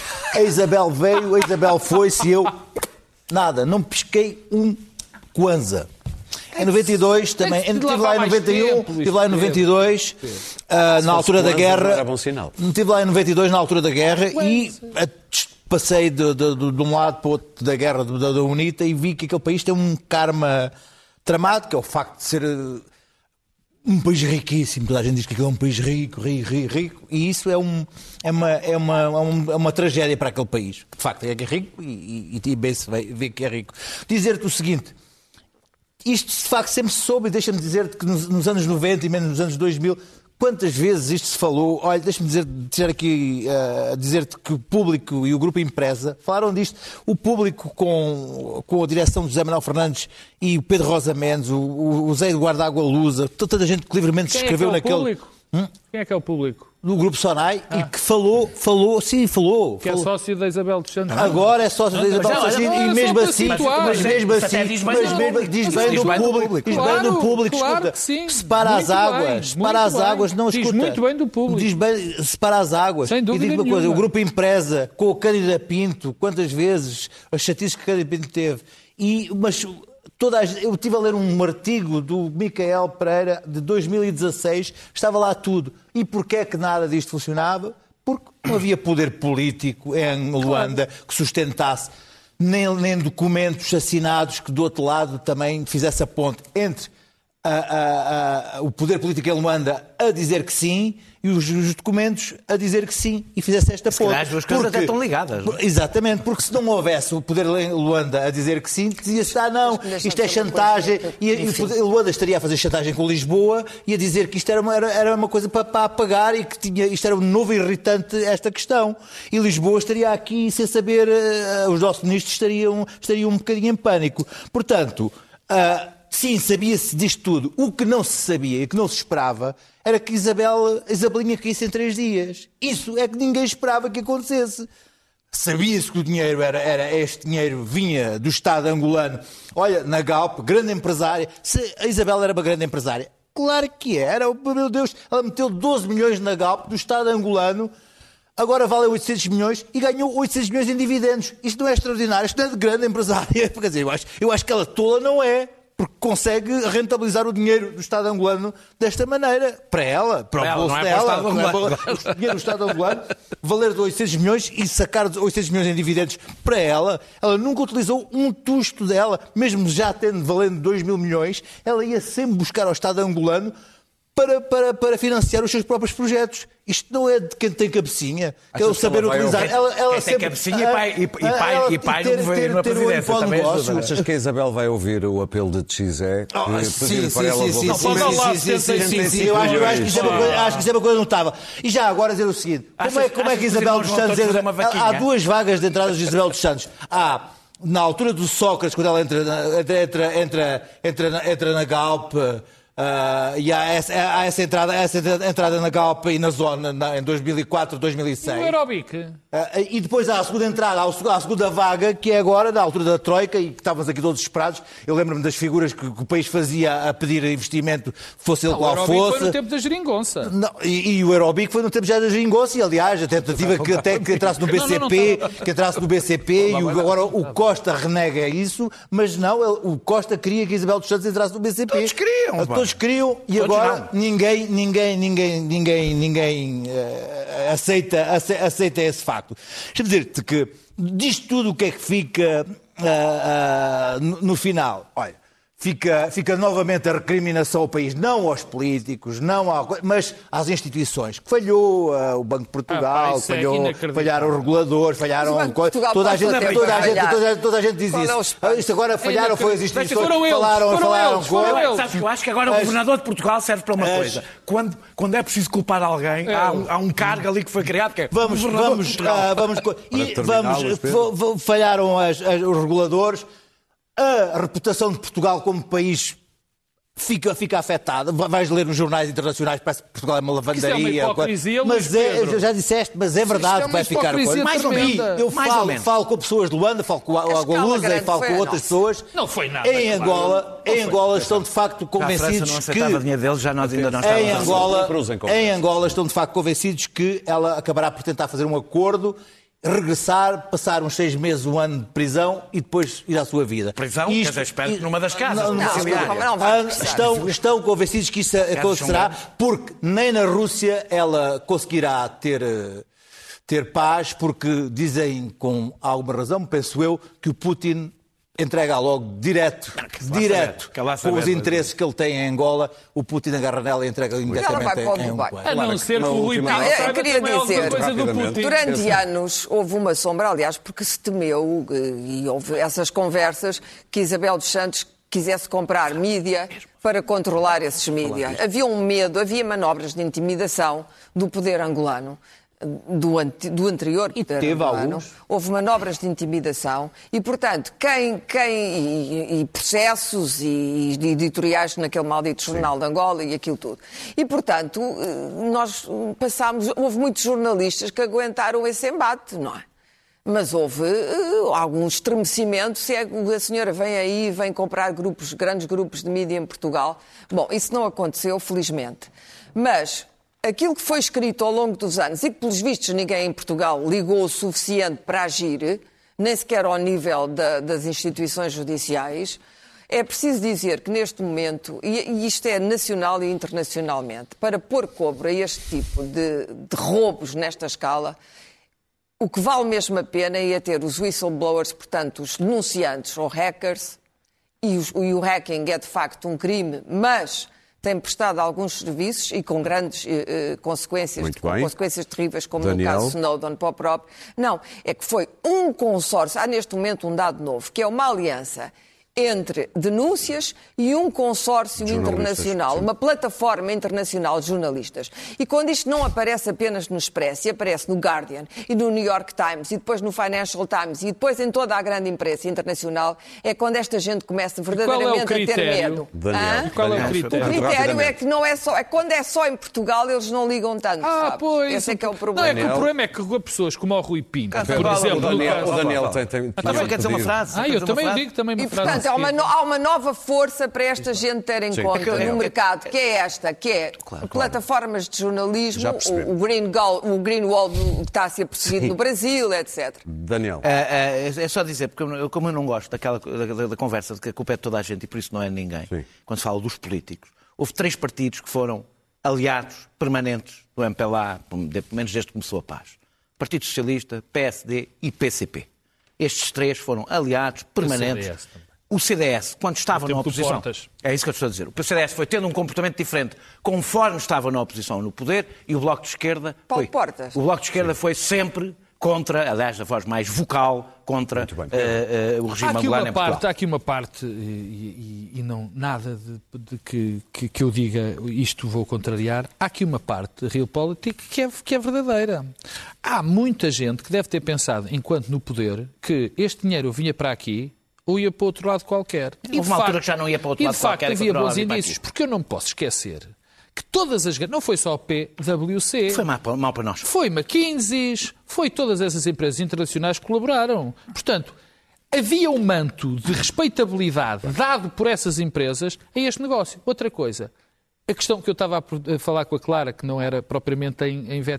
G: A Isabel veio, a Isabel foi-se, eu nada, não pesquei um kwanza. Em noventa e dois também, estive lá em noventa e um, estive lá em noventa e dois, uh, na altura da guerra,
A: era bom sinal.
G: Estive lá em noventa e dois na altura da guerra e passei de, de, de, de um lado para o outro da guerra da, da UNITA e vi que aquele país tem um karma tramado, que é o facto de ser um país riquíssimo, toda a gente diz que aquilo é um país rico, rico, rico, rico, e isso é, um, é, uma, é, uma, é, uma, é uma tragédia para aquele país. De facto, é rico e, e, e bem se vê que é rico. Dizer-te o seguinte, isto de facto sempre se soube, e deixa-me dizer-te que nos, nos anos noventa e menos nos anos dois mil, quantas vezes isto se falou, olha, deixa-me dizer, dizer aqui, uh, dizer-te que o público e o grupo Empresa falaram disto, o público com, com a direção de José Manuel Fernandes e o Pedro Rosa Mendes, o, o Zé Eduardo Agualusa, toda a gente que livremente se escreveu
F: Quem é que é o
G: naquele...
F: Público? Hum? Quem é que é o público?
G: Do Grupo Sonai,
F: Ah.
G: e que falou, falou, sim, falou.
F: Que
G: falou.
F: é sócio da Isabel dos Santos.
G: Agora é sócio da Isabel
D: Mas,
G: dos Santos
D: olha,
G: e
F: olha,
G: mesmo
F: só para
G: assim,
F: situar.
G: mas mesmo
D: Isso até
G: assim,
D: diz bem
G: mas
D: do
G: mesmo,
D: público.
G: diz
D: Mas
G: bem
D: diz
G: do
D: bem do
G: público,
D: público.
G: diz bem
F: Claro,
G: do público,
F: claro
G: escuta,
F: que sim.
G: separa
F: Muito
G: as águas,
F: bem,
G: separa
F: muito
G: as águas,
F: bem.
G: não
F: Diz
G: escuta.
F: muito bem do público.
G: Diz bem, separa as águas.
F: Sem dúvida
G: e diz uma coisa,
F: nenhuma.
G: o Grupo Empresa, com o Cândido Pinto, quantas vezes, as chatices que o Cândido Pinto teve, e, mas... Toda a, eu estive a ler um artigo do Micael Pereira de dois mil e dezasseis, estava lá tudo. E porquê é que nada disto funcionava? Porque não havia poder político em Luanda que sustentasse, nem, nem documentos assinados que do outro lado também fizesse a ponte entre a, a, a, o poder político em Luanda a dizer que sim e os, os documentos a dizer que sim e fizesse esta ponte.
D: calhar as duas coisas até estão ligadas, não é?
G: Exatamente, porque se não houvesse o poder em Luanda a dizer que sim, dizia-se, ah não, isto é chantagem, e, e o poder- Luanda estaria a fazer chantagem com Lisboa e a dizer que isto era uma, era, era uma coisa para, para apagar e que tinha, isto era um novo irritante esta questão. E Lisboa estaria aqui sem saber, uh, os nossos ministros estariam, estariam um bocadinho em pânico. Portanto, uh, sim, sabia-se disto tudo. O que não se sabia e que não se esperava era que Isabel, Isabelinha caísse em três dias. Isso é que ninguém esperava que acontecesse. Sabia-se que o dinheiro era, era este dinheiro vinha do Estado angolano. Olha, na Galp, grande empresária. Se a Isabel era uma grande empresária, claro que era. Meu Deus, ela meteu doze milhões na Galp do Estado angolano. Agora vale oitocentos milhões e ganhou oitocentos milhões em dividendos. Isto não é extraordinário, isto não é de grande empresária. Quer dizer, eu acho, eu acho que ela tola não é. Porque consegue rentabilizar o dinheiro do Estado angolano desta maneira. Para ela, para,
D: Para
G: o bolso
D: ela, não é para o
G: dela,
D: Estado
G: não é
D: angolano.
G: para o dinheiro do Estado angolano, valer de oitocentos milhões e sacar oitocentos milhões em dividendos para ela. Ela nunca utilizou um tusto dela, mesmo já tendo valendo dois mil milhões, ela ia sempre buscar ao Estado angolano para, para, para financiar os seus próprios projetos. Isto não é de quem tem cabecinha, que é o
A: Achas que
G: saber
A: ela vai
G: utilizar.
A: ouvir?
G: Ela, ela
D: Quem tem
G: sempre,
D: cabecinha e pai- e- e pai-
G: ela
D: e pai no
G: ter-
D: governo,
G: ter-
D: na
G: ter o
D: presidência,
G: impó
D: também
G: negócio.
D: ajuda.
A: Achas que a Isabel vai ouvir o apelo de Xé?
G: Oh,
A: Que
G: sim,
A: pedir
G: sim,
A: para ela
G: sim,
A: voltar?
G: sim,
F: Não,
G: sim,
F: falta lá
G: sim, sim, sim,
F: setenta e
G: sim,
F: cinco
G: sim. Eu acho, eu acho que isso é uma
F: milhões.
G: coisa, acho que isso é uma coisa notável. E já agora dizer o seguinte, como
D: Achas-
G: é, como é
D: achas
G: que
D: que os
G: Isabel
D: irmãos
G: dos
D: vão
G: Santos
D: todos fazer
G: entra?
D: uma vaquinha?
G: Há duas vagas de entradas de Isabel dos Santos. Há, na altura do Sócrates, quando ela entra, na- entra, entra, entra, entra, na- entra na Galp, ah, e há essa, há essa entrada, essa entrada na Galp e na zona na- em dois mil e quatro, dois mil e
F: E
G: seis.
F: o Aerobic?
G: Ah, e depois há a segunda entrada, há a segunda vaga, que é agora, na altura da Troika, e que estávamos aqui todos esperados. Eu lembro-me das figuras que, que o país fazia a pedir investimento, fosse ele
F: O
G: qual
F: Aerobic
G: fosse.
F: foi no tempo da geringonça.
G: Não, e, e o Aerobic foi no tempo já da geringonça, e aliás, a tentativa que até que entrasse no B C P, que entrasse no B C P, e o- agora o Costa renega isso, mas não, ele- o Costa queria que Isabel dos Santos entrasse no B C P.
D: Todos queriam,
G: Ah,
D: pá.
G: Todos queriam, e
D: Todos
G: agora
D: não.
G: ninguém, ninguém, ninguém, ninguém, ninguém eh, aceita, ace- aceita esse facto. Deixa-me dizer-te que disto tudo o que é que fica ah, ah, no, no final? Olha, fica, fica novamente a recriminação ao país, não aos políticos, não ao, mas às instituições. Que falhou ah, o Banco de Portugal,
F: Ah, pá, isso é
G: falhou,
F: inacreditável.
G: falharam os reguladores, falharam
E: Mas o Banco de Portugal
G: toda a
E: pode
G: gente,
E: sempre
G: toda a gente,
E: falhar.
G: toda, a- toda a gente diz
E: Qual é o
G: isso.
E: espaço?
G: Ah, Isto agora falharam, foi as instituições,
F: Foram eles,
G: falaram,
F: foram
G: falaram
F: eles,
G: com
F: foram eles.
D: Sabes que eu acho que agora o
G: As-
D: governador de Portugal serve para uma
G: As-
D: coisa. Quando, quando é preciso culpar alguém, há, um, há um cargo ali que foi criado que é
G: Vamos,
D: governador
G: vamos,
D: de Portugal.
G: ah, vamos, co- e
A: terminá-los,
G: vamos,
A: Pedro.
G: fo- fo- falharam as- as- os reguladores, a reputação de Portugal como país fica, fica afetada. Va- Vais ler nos jornais internacionais, parece que Portugal é uma
F: Isso é uma
G: lavandaria.
F: hipocrisia,
G: mas
F: Luís
G: é,
F: Pedro.
G: já disseste, mas é verdade
F: é
G: que
F: uma
G: vai ficar a
F: hipocrisia
G: coisa.
D: Mais ou
F: tremenda.
D: menos.
G: Eu
D: Mais ou
G: falo,
D: menos.
G: falo com pessoas de Luanda, falo com a
E: escala
G: Agualusa e
E: grande
G: falo
E: foi
G: com
E: a
G: outras
E: nossa.
G: pessoas.
F: Não foi nada,
G: Em
F: claro.
G: Angola, em Angola estão de facto
D: Já a França
G: convencidos
D: não
G: que
D: aceitava dinheiro deles, já nós ainda não
G: em
D: estávamos.
G: Angola,
A: Cruzem conversa.
G: em Angola estão de facto convencidos que ela acabará por tentar fazer um acordo, regressar, passar uns seis meses, um ano de prisão e depois ir à sua vida.
D: Prisão? Quer dizer, espero que numa das casas,
G: Não,
D: numa
G: não,
D: domiciliária.
E: não, não vai
G: Ah,
E: precisar.
G: estão, estão convencidos que isso acontecerá
D: grandes.
G: porque nem na Rússia ela conseguirá ter, eh, ter paz, porque dizem com alguma razão, penso eu, que o Putin entrega logo, direto, direto, com os interesses que ele tem em Angola, o Putin agarra nela e entrega imediatamente em Angola.
F: A não ser que o Rui Pinto
E: eu queria dizer,
F: coisa do Putin.
E: Durante anos houve uma sombra, aliás, porque se temeu, e houve essas conversas, que Isabel dos Santos quisesse comprar mídia para controlar esses mídia. Havia um medo, havia manobras de intimidação do poder angolano. Do, ante, do anterior
G: e teve alguns.
E: Houve manobras de intimidação e, portanto, quem, quem e, e processos e, e editoriais naquele maldito jornal Sim. de Angola e aquilo tudo. E, portanto, nós passámos, houve muitos jornalistas que aguentaram esse embate, não é? Mas houve uh, algum estremecimento se é que a senhora vem aí e vem comprar grupos, grandes grupos de mídia em Portugal. Bom, isso não aconteceu, felizmente. Mas aquilo que foi escrito ao longo dos anos e que, pelos vistos, ninguém em Portugal ligou o suficiente para agir, nem sequer ao nível da, das instituições judiciais, é preciso dizer que, neste momento, e isto é nacional e internacionalmente, para pôr cobro a este tipo de, de roubos nesta escala, o que vale mesmo a pena é ter os whistleblowers, portanto, os denunciantes ou hackers, e, os, e o hacking é, de facto, um crime, mas tem prestado alguns serviços e com grandes eh, consequências, com consequências terríveis, como
A: Daniel.
E: no caso Snowden para o próprio. Não, é que foi um consórcio, há neste momento um dado novo, que é uma aliança entre denúncias e um consórcio internacional, sim. uma plataforma internacional de jornalistas. E quando isto não aparece apenas no Expresso, e aparece no Guardian e no New York Times e depois no Financial Times e depois em toda a grande imprensa internacional, é quando esta gente começa verdadeiramente
F: é a ter
E: medo.
F: Daniel, qual é o critério?
E: O critério é que não é só, é quando é só em Portugal eles não ligam tanto,
F: ah,
E: sabe?
F: Pois.
E: Esse é que é o problema.
F: Não, é que o problema é que pessoas como o Rui Pinto, por
A: Fala,
F: exemplo...
A: O Daniel, o Daniel tem...
D: tem também quer dizer uma frase.
F: Ah, eu também digo também uma
E: e,
F: frase.
E: Portanto, há uma, há uma nova força para esta gente ter em Sim. conta é, no mercado, que é esta, que é claro, plataformas claro. de jornalismo, o, o, Green Goal, o Greenwald que está a ser perseguido Sim. no Brasil, etcétera.
A: Daniel.
D: É, é, é só dizer, porque eu, como eu não gosto daquela, da, da conversa de que a culpa é de toda a gente e por isso não é de ninguém, Sim. quando se fala dos políticos, houve três partidos que foram aliados permanentes do M P L A, pelo menos desde que começou a paz. Partido Socialista, P S D e P C P. Estes três foram aliados permanentes. O C D S, quando estava na oposição, é isso que eu estou a dizer, o C D S foi tendo um comportamento diferente conforme estava na oposição no poder e o Bloco de Esquerda foi,
E: Portas.
D: o Bloco de Esquerda foi sempre contra, aliás, da voz mais vocal, contra uh, uh, o regime angolano em Portugal.
F: Há aqui uma parte, e, e, e não nada de, de que, que, que eu diga isto vou contrariar, há aqui uma parte de realpolitik que é, que é verdadeira. Há muita gente que deve ter pensado, enquanto no poder, que este dinheiro vinha para aqui ou ia para outro lado qualquer.
D: E Houve uma altura que já não ia para outro lado qualquer.
F: E de facto havia bons indícios, porque eu não me posso esquecer que todas as... Não foi só a P W C.
D: Foi mal, mal para nós.
F: Foi McKinsey, foi todas essas empresas internacionais que colaboraram. Portanto, havia um manto de respeitabilidade dado por essas empresas a este negócio. Outra coisa, a questão que eu estava a falar com a Clara, que não era propriamente em, em,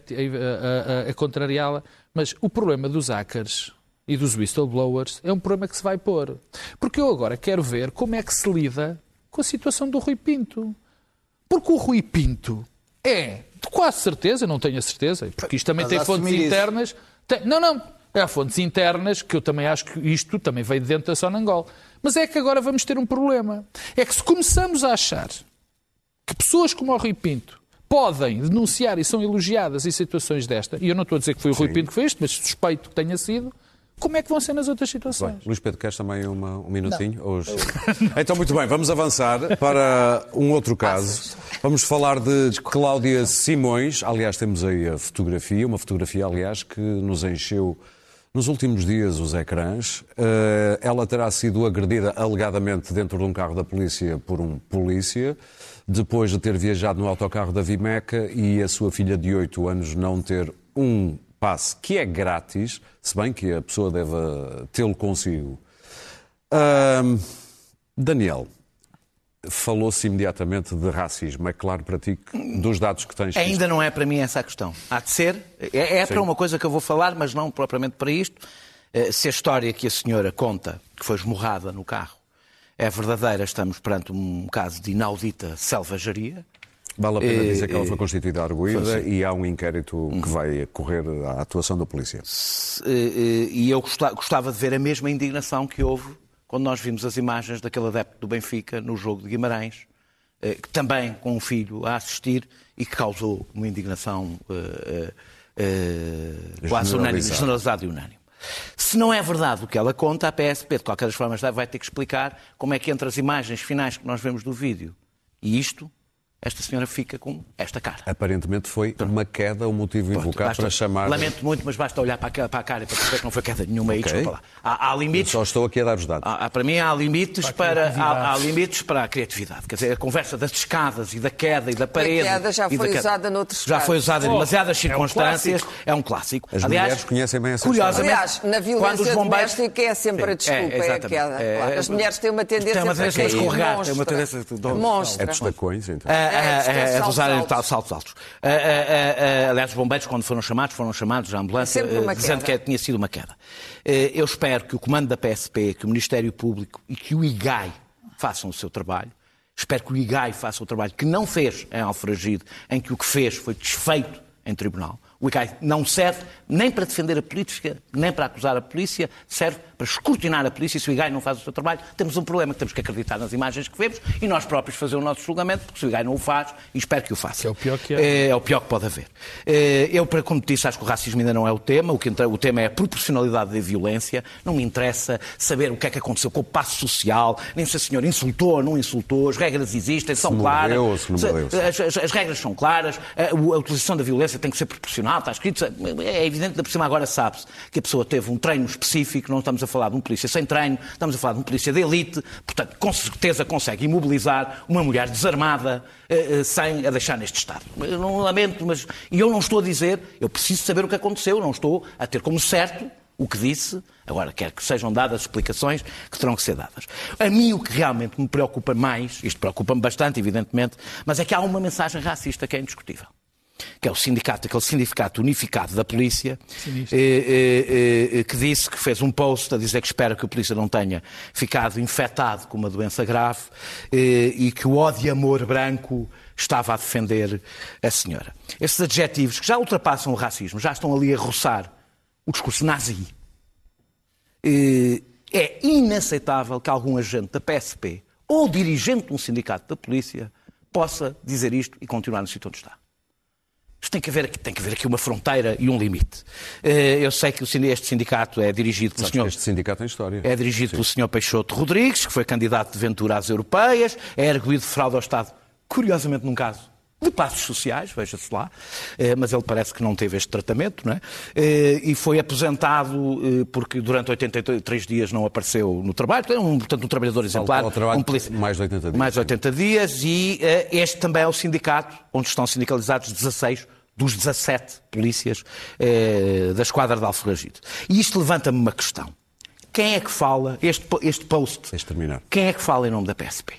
F: a, a, a contrariá-la, mas o problema dos hackers e dos whistleblowers é um problema que se vai pôr. Porque eu agora quero ver como é que se lida com a situação do Rui Pinto. Porque o Rui Pinto é, de quase certeza, não tenho a certeza, porque isto também Mas tem fontes internas... Tem, não, não, há fontes internas, que eu também acho que isto também veio de dentro da Sonangol. Mas é que agora vamos ter um problema. É que se começamos a achar que pessoas como o Rui Pinto podem denunciar e são elogiadas em situações desta, e eu não estou a dizer que foi o Rui Sim. Pinto que fez isto, mas suspeito que tenha sido, como é que vão ser nas outras situações?
A: Bem, Luís Pedro, queres também uma, um minutinho? Hoje... Então, muito bem, vamos avançar para um outro caso. Vamos falar de Cláudia Simões. Aliás, temos aí a fotografia, uma fotografia, aliás, que nos encheu nos últimos dias os ecrãs. Ela terá sido agredida alegadamente dentro de um carro da polícia por um polícia, depois de ter viajado no autocarro da Vimeca e a sua filha de oito anos não ter um passe que é grátis, se bem que a pessoa deve tê-lo consigo. Uh, Daniel, falou-se imediatamente de racismo. É claro para ti que, dos dados que tens...
D: Ainda visto... não é para mim essa a questão. Há de ser. É, é para uma coisa que eu vou falar, mas não propriamente para isto. Se a história que a senhora conta, que foi esmurrada no carro, é verdadeira, estamos perante um caso de inaudita selvageria.
A: Vale a pena dizer que ela foi constituída arguída e há um inquérito que vai correr à atuação da polícia.
D: E eu gostava de ver a mesma indignação que houve quando nós vimos as imagens daquele adepto do Benfica no jogo de Guimarães, que também com um filho a assistir e que causou uma indignação uh, uh, uh, quase unânime, generalizada e unânime. Se não é verdade o que ela conta, a P S P, de qualquer das formas, vai ter que explicar como é que entre as imagens finais que nós vemos do vídeo e isto, esta senhora fica com esta cara.
A: Aparentemente foi uma queda o motivo Pronto, invocado
D: basta,
A: para chamar...
D: Lamento muito, mas basta olhar para a, para a cara e para perceber que não foi queda nenhuma aí, okay. Desculpa lá. Há, há limites...
A: Eu só estou aqui a dar os dados.
D: Há, para mim há limites para, para há, há limites para a criatividade. Quer dizer, a conversa das escadas e da queda e da parede...
E: A queda já foi usada noutros
D: Já
E: casos.
D: foi usada em demasiadas
B: oh,
D: circunstâncias. É um clássico.
A: As
D: Aliás,
A: mulheres conhecem bem essa
D: curiosamente,
E: Aliás, na violência
D: bombeiros...
E: doméstica é sempre a desculpa, é, é a queda. É, claro. As mulheres têm uma tendência,
D: tem uma tendência a escorregar.
E: Têm uma tendência
D: a
E: monstra.
A: É destacões, então.
D: É de usar saltos altos. Aliás, os bombeiros, quando foram chamados, foram chamados à ambulância, dizendo que tinha sido uma queda. Eu espero que o comando da P S P, que o Ministério Público e que o I G A I façam o seu trabalho. Espero que o I G A I faça o trabalho que não fez em Alfragide, em que o que fez foi desfeito em tribunal. O I G A I não serve nem para defender a política, nem para acusar a polícia, serve para escrutinar a polícia. E se o I G A I não faz o seu trabalho, temos um problema, que temos que acreditar nas imagens que vemos e nós próprios fazer o nosso julgamento, porque se o I G A I não o faz, e espero que o faça.
F: Que é o pior que é.
D: É, é o pior que pode haver. Eu, como disse, acho que o racismo ainda não é o tema. O, que, o tema é a proporcionalidade da violência. Não me interessa saber o que é que aconteceu com o passo social, nem se a senhora insultou ou não insultou. As regras existem, são
A: se
D: claras.
A: Morreu, se não morreu,
D: as, as, as regras são claras. A, a utilização da violência tem que ser proporcional, está escrito. É evidente que, por cima, agora sabe-se que a pessoa teve um treino específico. Não estamos a falar de um polícia sem treino, estamos a falar de um polícia de elite. Portanto, com certeza consegue imobilizar uma mulher desarmada eh, sem a deixar neste estado. Eu não lamento, mas e eu não estou a dizer, eu preciso saber o que aconteceu, não estou a ter como certo o que disse. Agora, quero que sejam dadas explicações que terão que ser dadas. A mim, o que realmente me preocupa mais, isto preocupa-me bastante, evidentemente, mas é que há uma mensagem racista que é indiscutível. Que é o sindicato, aquele sindicato unificado da polícia, eh, eh, eh, que disse, que fez um post a dizer que espera que a polícia não tenha ficado infectado com uma doença grave eh, e que o ódio e amor branco estava a defender a senhora. Esses adjetivos que já ultrapassam o racismo, já estão ali a roçar o discurso nazi. Eh, é inaceitável que algum agente da P S P ou dirigente de um sindicato da polícia possa dizer isto e continuar no sítio onde está. Isto tem que haver aqui, tem que haver aqui uma fronteira e um limite. Eu sei que este sindicato é dirigido pelo senhor...
A: Este sindicato tem história.
D: É dirigido Sim. pelo senhor Peixoto Rodrigues, que foi candidato de Ventura às europeias, é arguido de fraude ao Estado, curiosamente num caso de passos sociais, veja-se lá, mas ele parece que não teve este tratamento, não é? E foi aposentado porque durante oitenta e três dias não apareceu no trabalho, portanto um trabalhador exemplar, um polícia...
A: mais de oitenta dias.
D: Mais de oitenta dias, e este também é o sindicato onde estão sindicalizados dezasseis dos dezassete polícias da esquadra de Alfragide. E isto levanta-me uma questão. Quem é que fala, este, este post, quem é que fala em nome da P S P?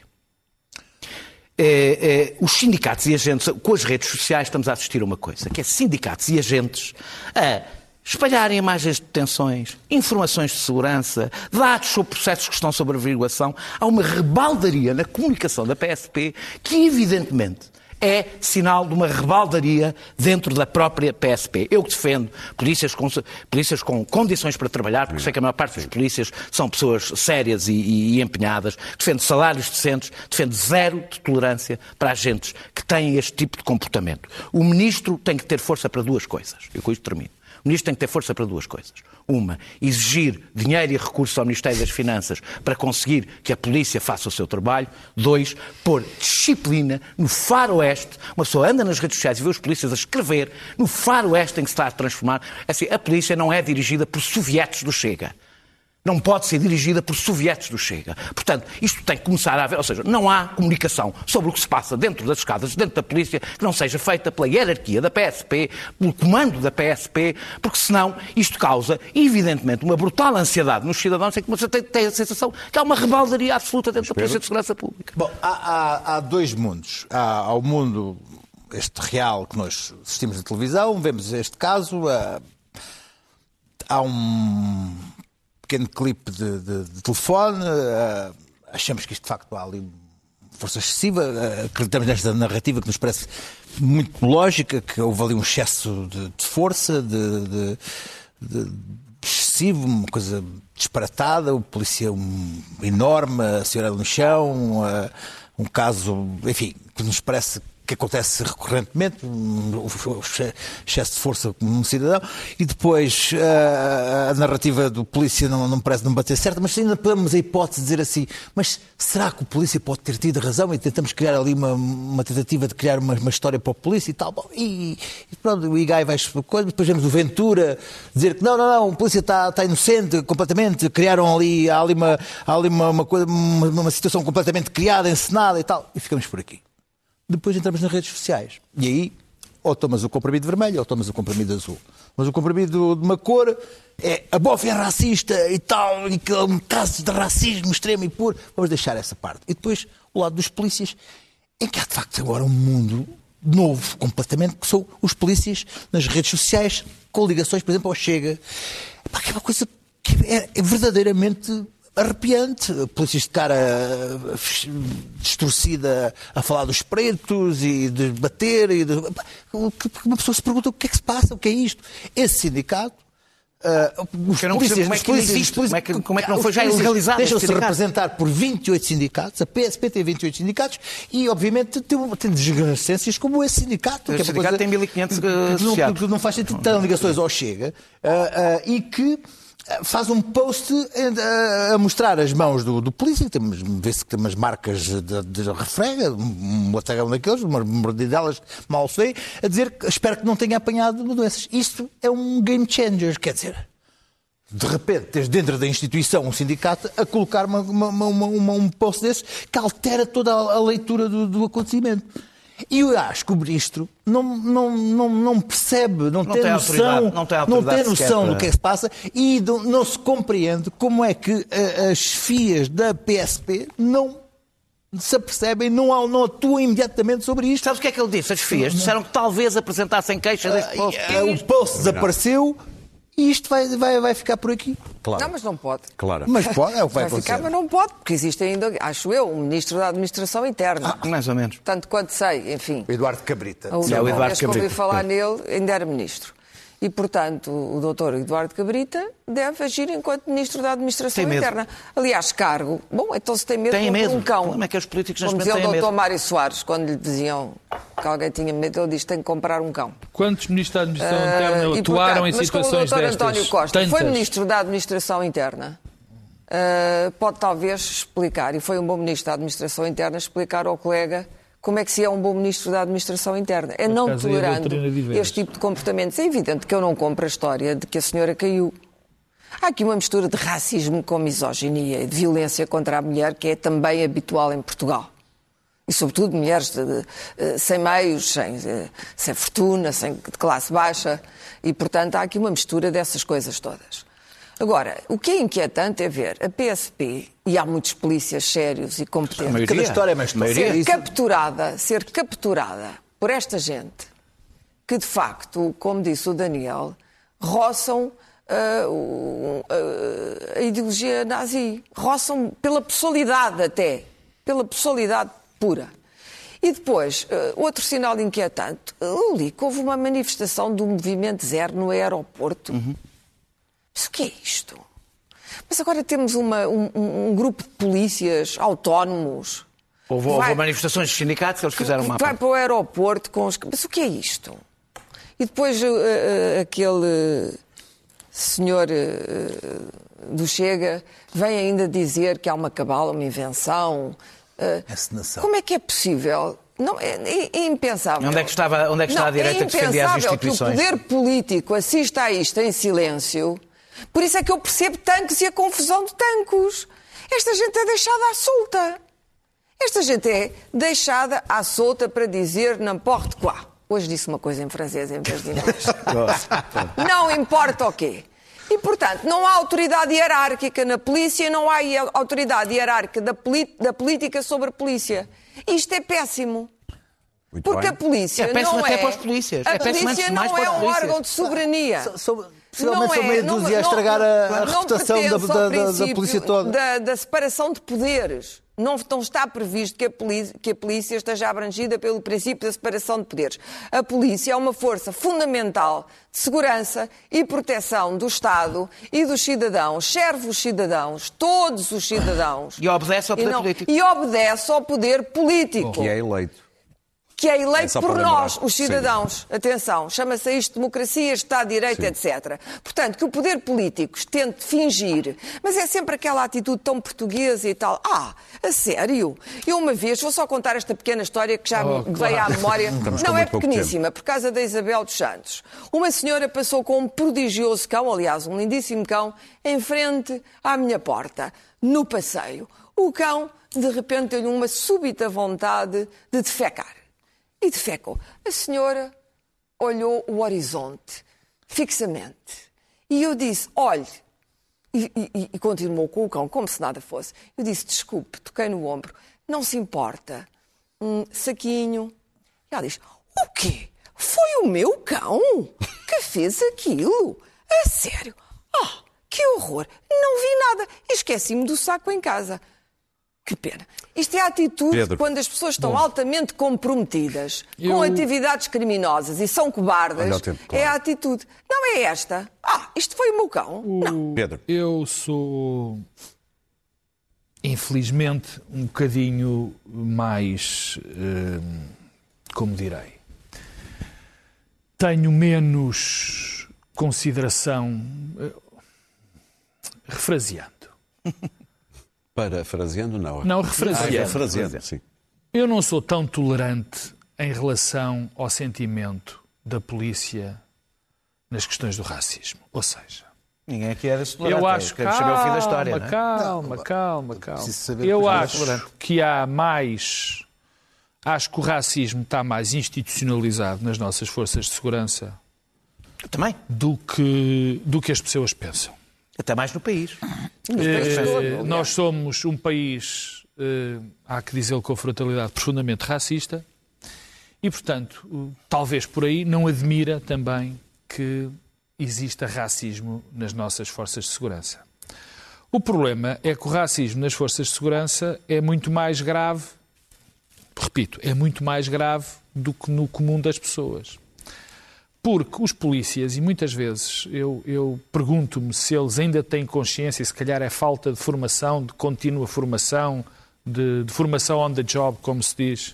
D: É, é, os sindicatos e agentes, com as redes sociais estamos a assistir a uma coisa, que é sindicatos e agentes a espalharem imagens de detenções, informações de segurança, dados sobre processos que estão sob averiguação. Há uma rebaldaria na comunicação da P S P que, evidentemente, é sinal de uma rebaldaria dentro da própria P S P. Eu que defendo polícias com, polícias com condições para trabalhar, porque sei que a maior parte dos polícias são pessoas sérias e, e, e empenhadas, defendo salários decentes, defendo zero de tolerância para agentes que têm este tipo de comportamento. O ministro tem que ter força para duas coisas. Eu com isto termino. O ministro tem que ter força para duas coisas. Uma, exigir dinheiro e recursos ao Ministério das Finanças para conseguir que a polícia faça o seu trabalho. Dois, pôr disciplina no faroeste. Uma pessoa anda nas redes sociais e vê os polícias a escrever no faroeste em que se está a transformar. Assim, a polícia não é dirigida por sovietes do Chega. Não pode ser dirigida por sovietes do Chega. Portanto, isto tem que começar a haver, ou seja, não há comunicação sobre o que se passa dentro das escadas, dentro da polícia, que não seja feita pela hierarquia da P S P, pelo comando da P S P, porque senão isto causa, evidentemente, uma brutal ansiedade nos cidadãos, em que você tem, tem a sensação que há uma rebaldaria absoluta dentro Espero. da Polícia de Segurança Pública.
G: Bom, há, há, há dois mundos. Há, há o mundo, este real que nós assistimos na televisão, vemos este caso, há, há um... pequeno clipe de, de, de telefone, uh, achamos que isto de facto há ali força excessiva, uh, acreditamos nesta narrativa que nos parece muito lógica, que houve ali um excesso de, de força, de, de, de explosivo, uma coisa disparatada, o polícia um, enorme, a senhora no chão, uh, um caso, enfim, que nos parece que acontece recorrentemente, o excesso de força como um cidadão, e depois a, a narrativa do polícia não, não parece não bater certo, mas ainda podemos a hipótese de dizer assim, mas será que o polícia pode ter tido razão e tentamos criar ali uma, uma tentativa de criar uma, uma história para o polícia e tal, bom, e, e pronto, o Igai vai coisa, depois vemos o Ventura dizer que não, não, não, o polícia está, está inocente completamente, criaram ali, há ali, uma, há ali uma, uma, coisa, uma, uma situação completamente criada, encenada e tal, e ficamos por aqui. Depois entramos nas redes sociais. E aí, ou tomas o comprimido vermelho, ou tomas o comprimido azul. Mas o comprimido de uma cor é a bófia racista e tal, e que é um caso de racismo extremo e puro. Vamos deixar essa parte. E depois, o lado dos polícias, em que há de facto agora um mundo novo, completamente, que são os polícias nas redes sociais, com ligações, por exemplo, ao Chega. Pá, que é uma coisa que é, é verdadeiramente arrepiante. Polícias de cara distorcida a falar dos pretos e de bater. E de... Uma pessoa se pergunta o que é que se passa, o que é isto. Esse sindicato. Uh, os
D: não
G: polícias,
D: como é que
G: polícias,
D: existe,
G: polícias,
D: como é que, como é que não foi já ilegalizado?
G: Deixam-se representar por vinte e oito sindicatos, a P S P tem vinte e oito sindicatos e, obviamente, tem, tem desgrações como esse sindicato.
D: O
G: que
D: sindicato
G: é
D: tem mil e quinhentos
G: que,
D: associados.
G: Que, que não faz sentido, tem ligações ao Chega uh, uh, e que faz um post a mostrar as mãos do, do polícia, temos, vê-se que tem umas marcas de, de refrega, um batagão daqueles, umas mordidelas mal se vê, a dizer que espero que não tenha apanhado doenças. Isto é um game changer, quer dizer, de repente, tens dentro da instituição um sindicato a colocar uma, uma, uma, uma, um post desse que altera toda a, a leitura do, do acontecimento. E eu acho que o ministro não, não, não, não percebe, não, não tem, tem noção, não tem, não tem noção do que é que se passa e não, não se compreende como é que a, as fias da P S P não se apercebem, não, não atuam imediatamente sobre isto.
D: Sabes o que é que ele disse? As fias disseram que talvez apresentassem queixa deste post.
G: Uh, o post desapareceu e isto vai, vai, vai ficar por aqui.
E: Claro. Não, mas não pode.
A: Claro.
G: Mas pode, é o que vai,
E: vai
G: acontecer.
E: Ficar, mas não pode, porque existe ainda, acho eu, um ministro da Administração Interna.
D: Ah, mais ou menos.
E: Tanto quanto sei, enfim.
G: O Eduardo Cabrita.
E: A última vez que ouvi falar nele, ainda era ministro. E, portanto, o doutor Eduardo Cabrita deve agir enquanto ministro da Administração Interna. Aliás, cargo. Bom, então se tem medo
D: tem
E: de um cão.
D: Como é que os políticos neste
E: Como
D: momento
E: dizia o doutor
D: medo?
E: Mário Soares, quando lhe diziam que alguém tinha medo, ele disse que tem que comprar um cão.
F: Quantos ministros da Administração uh, Interna
E: e,
F: atuaram
E: portanto,
F: em situações
E: destas? Mas como o doutor
F: destas?
E: António Costa
F: Tantas.
E: foi ministro da Administração Interna, uh, pode talvez explicar, e foi um bom ministro da Administração Interna, explicar ao colega como é que se é um bom ministro da Administração Interna. É não tolerando este tipo de comportamentos. É evidente que eu não compro a história de que a senhora caiu. Há aqui uma mistura de racismo com misoginia e de violência contra a mulher que é também habitual em Portugal. E, sobretudo, mulheres de, de, sem meios, sem, sem fortuna, sem, de classe baixa. E, portanto, há aqui uma mistura dessas coisas todas. Agora, o que é inquietante é ver a P S P, e há muitos polícias sérios e competentes,
G: cada história é mais
E: ser capturada, ser capturada por esta gente que, de facto, como disse o Daniel, roçam uh, uh, a ideologia nazi. Roçam pela pessoalidade até, pela pessoalidade pura. E depois, uh, outro sinal inquietante, eu li que houve uma manifestação do Movimento Zero no aeroporto.
D: Uhum.
E: Mas o que é isto? Mas agora temos uma, um, um grupo de polícias autónomos.
D: Houve,
E: vai,
D: houve manifestações de sindicatos, eles fizeram uma...
E: Vai para o aeroporto com os... Mas o que é isto? E depois uh, uh, aquele senhor uh, do Chega vem ainda dizer que há uma cabala, uma invenção. Uh,
G: Encenação.
E: Como é que é possível... Não, é, é, é impensável.
D: Onde é que, estava, onde é que está
E: não,
D: a direita
E: é
D: a defender as instituições?
E: Que o poder político assista a isto em silêncio. Por isso é que eu percebo tanques e a confusão de tanques. Esta gente é deixada à solta. Esta gente é deixada à solta para dizer n'importe quoi. Hoje disse uma coisa em francês em vez de inglês. Não importa o quê. E, portanto, não há autoridade hierárquica na polícia, não há autoridade hierárquica da, da política sobre a polícia. Isto é péssimo.
A: Muito
E: porque
A: bem.
E: a polícia
D: é
E: não
D: até
E: é...
D: para os polícias.
E: A
D: É
E: polícia não é um órgão de soberania.
G: Possivelmente são meia dúzia a estragar a, a reputação da, da, da, da polícia toda.
E: Da, da separação de poderes. Não, não está previsto que a, polícia, que a polícia esteja abrangida pelo princípio da separação de poderes. A polícia é uma força fundamental de segurança e proteção do Estado e dos cidadãos. Serve os cidadãos, todos os cidadãos.
D: E obedece ao poder
E: e não,
D: político.
E: E obedece ao poder político.
A: Que é eleito.
E: Que é eleito
A: é
E: por
A: lembrar.
E: nós, os cidadãos. Sim. Atenção, chama-se isto democracia, Estado de Direito, Sim. etcétera. Portanto, que o poder político tente fingir, mas é sempre aquela atitude tão portuguesa e tal. Ah, a sério? Eu uma vez, vou só contar esta pequena história que já
F: oh,
E: me
F: claro.
E: veio à memória. Não é pequeníssima,
A: tempo.
E: por causa da Isabel dos Santos. Uma senhora passou com um prodigioso cão, aliás, um lindíssimo cão, em frente à minha porta, no passeio. O cão, de repente, deu-lhe uma súbita vontade de defecar. E defecou. A senhora olhou o horizonte, fixamente. E eu disse, olhe, e, e, e continuou com o cão, como se nada fosse. Eu disse, desculpe, toquei no ombro, não se importa, um saquinho. E ela diz, o quê? Foi o meu cão que fez aquilo? A sério? Ah, que horror, não vi nada. Esqueci-me do saco em casa. Que pena. Isto é a atitude
A: Pedro.
E: Quando as pessoas estão
F: Bom.
E: altamente comprometidas
F: Eu...
E: com atividades criminosas e são cobardes.
A: Olha o tempo, claro.
E: É a atitude. Não é esta. Ah, isto foi o meu cão.
F: O...
E: Não.
A: Pedro.
F: Eu sou, infelizmente, um bocadinho mais, hum, como direi, tenho menos consideração, refraseando.
A: Parafraseando, não.
F: Não,
A: Ah,
F: refraseando.
A: refraseando, sim.
F: Eu não sou tão tolerante em relação ao sentimento da polícia nas questões do racismo. Ou seja,
D: Ninguém aqui é desse tolerante.
F: eu acho que
D: Queremos saber o fim da história,
F: calma,
D: não é?
F: calma,
G: Não,
F: calma, calma.
G: preciso saber
F: Eu
G: porque é
F: acho
D: tolerante.
F: que há mais... Acho que o racismo está mais institucionalizado nas nossas forças de segurança
D: Eu também.
F: do que, do que as pessoas pensam.
D: Até mais no país.
F: Eh, nós somos um país, eh, há que dizê-lo com frontalidade, profundamente racista e, portanto, eh, talvez por aí não admira também que exista racismo nas nossas forças de segurança. O problema é que o racismo nas forças de segurança é muito mais grave, repito, é muito mais grave do que no comum das pessoas. Porque os polícias, e muitas vezes eu, eu pergunto-me se eles ainda têm consciência, e se calhar é falta de formação, de contínua formação, de, de formação on the job, como se diz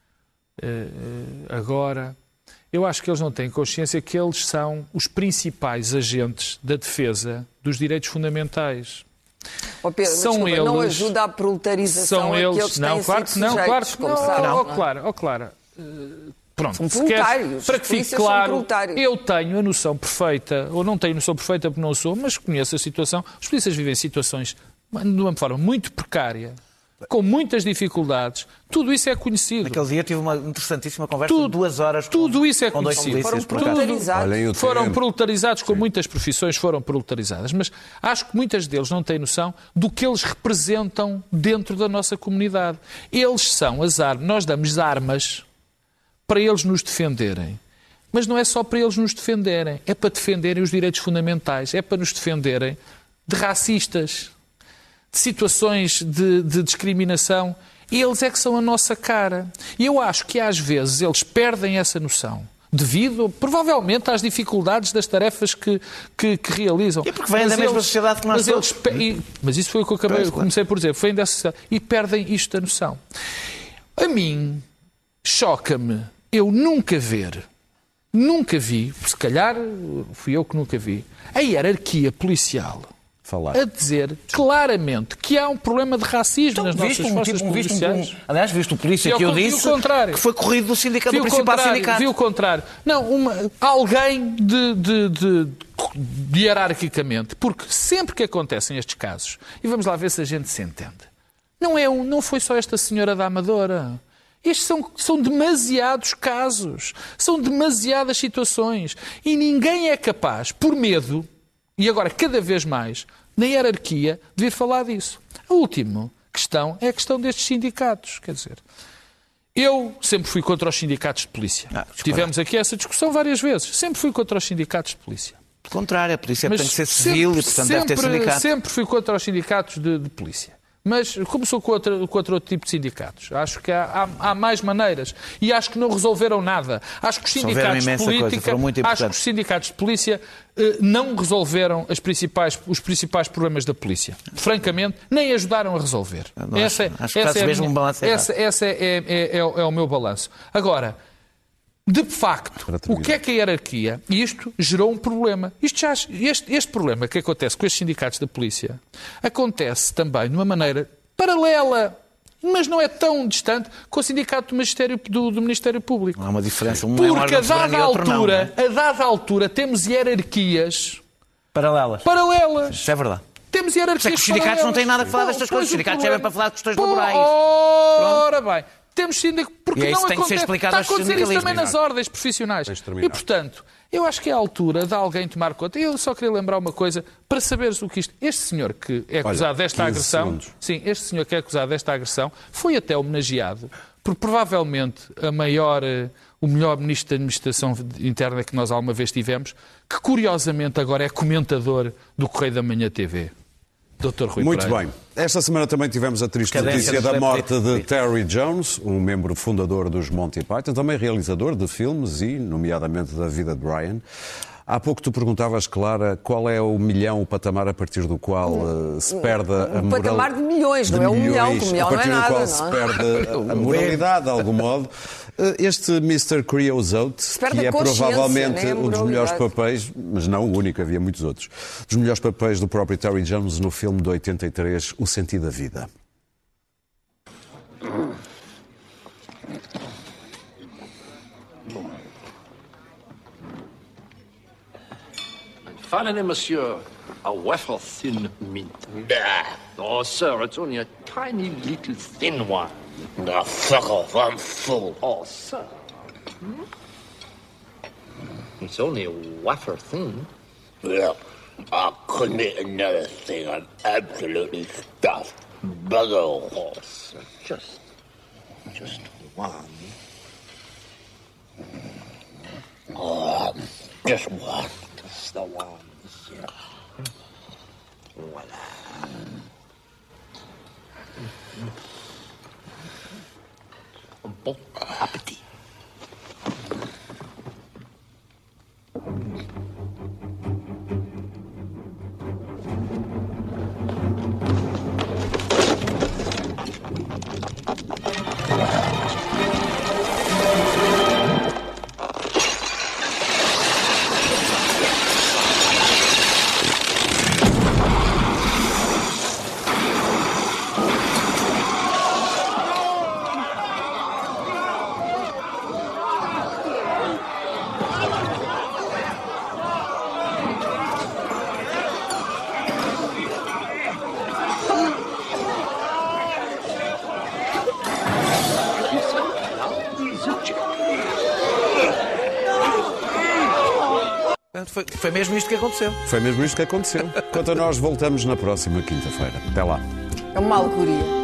F: uh, agora. Eu acho que eles não têm consciência que eles são os principais agentes da defesa dos direitos fundamentais.
E: Oh Pedro,
F: São
E: desculpa,
F: eles,
E: não ajuda à proletarização
F: são
E: a que
F: eles,
E: eles
F: não,
E: têm
F: claro que
E: sido
F: não,
E: sujeitos,
F: claro que
E: como
F: não,
E: sabe,
F: não,
E: não é?
F: Clara, oh, Clara, uh, pronto,
E: São
F: se queres-
E: proletários,
F: para
E: os
F: que fique
E: polícias são
F: claro,
E: proletários.
F: eu tenho a noção perfeita, ou não tenho noção perfeita porque não sou, mas conheço a situação. Os polícias vivem situações de uma forma muito precária, com muitas dificuldades. Tudo isso é conhecido.
D: Naquele dia tive uma interessantíssima conversa de
F: Tudo,
D: duas horas com,
F: tudo isso é
D: com dois
F: conhecido.
D: polícias,
E: Foram
D: por acaso.
E: proletarizados.
A: Olhem o
F: Foram
A: tempo.
F: proletarizados, como muitas profissões foram proletarizadas, mas acho que muitas deles não têm noção do que eles representam dentro da nossa comunidade. Eles são as armas, nós damos armas para eles nos defenderem. Mas não é só para eles nos defenderem, é para defenderem os direitos fundamentais, é para nos defenderem de racistas, de situações de, de discriminação. Eles é que são a nossa cara. E eu acho que às vezes eles perdem essa noção, devido, provavelmente, às dificuldades das tarefas que, que, que realizam.
D: E porque vêm
F: Mas
D: da mesma
F: eles-
D: sociedade que nós
F: mas
D: todos.
F: eles pe- e- Mas isso foi o que eu acabei,
D: Pois, claro.
F: comecei por dizer, vêm dessa sociedade. E perdem isto da noção. A mim, choca-me eu nunca ver, nunca vi, se calhar fui eu que nunca vi, a hierarquia policial
A: Falar.
F: a dizer claramente que há um problema de racismo nas
D: Então, viste
F: nossas
D: um
F: forças
D: tipo, viste um,
F: policiais.
D: um, aliás, viste o polícia
F: Vi
D: que
F: ao
D: eu
F: con- vi o
D: disse
F: contrário.
D: que foi corrido do sindicato,
F: Vi
D: do
F: o
D: principal
F: contrário,
D: sindicato.
F: vi o contrário. Não, uma, alguém de, de, de, de hierarquicamente, porque sempre que acontecem estes casos, e vamos lá ver se a gente se entende, não, é um, não foi só esta senhora da Amadora. Estes são, são demasiados casos, são demasiadas situações e ninguém é capaz, por medo, e agora cada vez mais, na hierarquia, de vir falar disso. A última questão é a questão destes sindicatos. Quer dizer, eu sempre fui contra os sindicatos de polícia.
D: Ah,
F: Tivemos aqui essa discussão várias vezes. Sempre fui contra os sindicatos de polícia.
D: Pelo contrário, a polícia
F: Mas
D: tem que ser civil
F: sempre,
D: e, portanto, deve ter
F: sempre-
D: sindicato.
F: Sempre fui contra os sindicatos de, de polícia. mas começou com outro, com outro tipo de sindicatos. Acho que há, há, há mais maneiras. E acho que não resolveram nada. Acho que os sindicatos de política, acho que os sindicatos de polícia eh, não resolveram as principais, os principais problemas da polícia. Francamente, nem ajudaram a resolver.
D: Não,
F: essa
D: acho, acho
F: essa
D: que
F: é
D: mesmo
F: minha,
D: um balanço
F: essa, essa é, é, é, é, é o meu balanço. Agora, de facto, o que é que a hierarquia? E isto gerou um problema. Isto já, este, este problema que acontece com estes sindicatos da polícia acontece também de uma maneira paralela, mas não é tão distante, com o sindicato do, Magistério, do, do Ministério Público.
D: Há uma diferença. Um
F: Porque
D: é um
F: a dada, altura,
D: não,
F: a dada altura temos hierarquias
D: paralelas.
F: paralelas.
D: Isso é verdade.
F: Temos hierarquias
D: Mas é que os sindicatos
F: paralelas.
D: não têm nada a falar destas coisas. Os sindicatos servem para falar de questões laborais.
F: Ora bem. Temos sindicatos, porque
D: e é isso
F: não
D: tem que ser
F: acontece,
D: explicado
F: está a
D: aos
F: acontecer isso também nas
D: sindicalistas.
F: ordens profissionais. E, portanto, eu acho que é a altura de alguém tomar conta. Eu só queria lembrar uma coisa, para saberes o que isto... Este senhor que é acusado
A: Olha,
F: desta agressão...
A: segundos.
F: Sim, este senhor que é acusado desta agressão foi até homenageado por provavelmente a maior, o melhor ministro da Administração Interna que nós alguma vez tivemos, que curiosamente agora é comentador do Correio da Manhã T V. doutor Rui
A: Muito
F: Pereira.
A: bem. Esta semana também tivemos a triste
D: Cadência
A: notícia
D: do
A: da morte
D: Zé
A: de Terry Jones, um membro fundador dos Monty Python, também realizador de filmes e, nomeadamente, da vida de Brian. Há pouco tu perguntavas, Clara, qual é o milhão, o patamar a partir do qual uh, se perde a
E: Um
A: moral...
E: patamar de milhões, não é um milhão, que um milhão
A: a partir
E: não é
A: do qual
E: nada,
A: se
E: não é?
A: perde a- a moralidade, de algum modo. Uh, Este mister Creosote,
E: perde
A: que
E: a
A: é
E: consciência,
A: provavelmente
E: né, a
A: um dos melhores
E: moralidade.
A: papéis, mas não o único, havia muitos outros, dos melhores papéis do próprio Terry Jones no filme de oitenta e três, O Sentido da Vida.
H: Finally, monsieur, a wafer thin mint. Oh, sir, it's only a tiny little thin one.
I: Now, fuck off, I'm full.
H: Oh, sir. Hmm? It's only a wafer thin.
I: Look, I couldn't eat another thing. I'm absolutely stuffed. Bugger all.
H: Oh, sir, just, just one.
I: Oh, just one.
H: Just the one. Yeah. Voila. Bon appétit.
D: Foi, foi mesmo isto que aconteceu.
A: Foi mesmo isto que aconteceu. Quanto a nós, voltamos na próxima quinta-feira. Até lá.
E: É uma alegoria.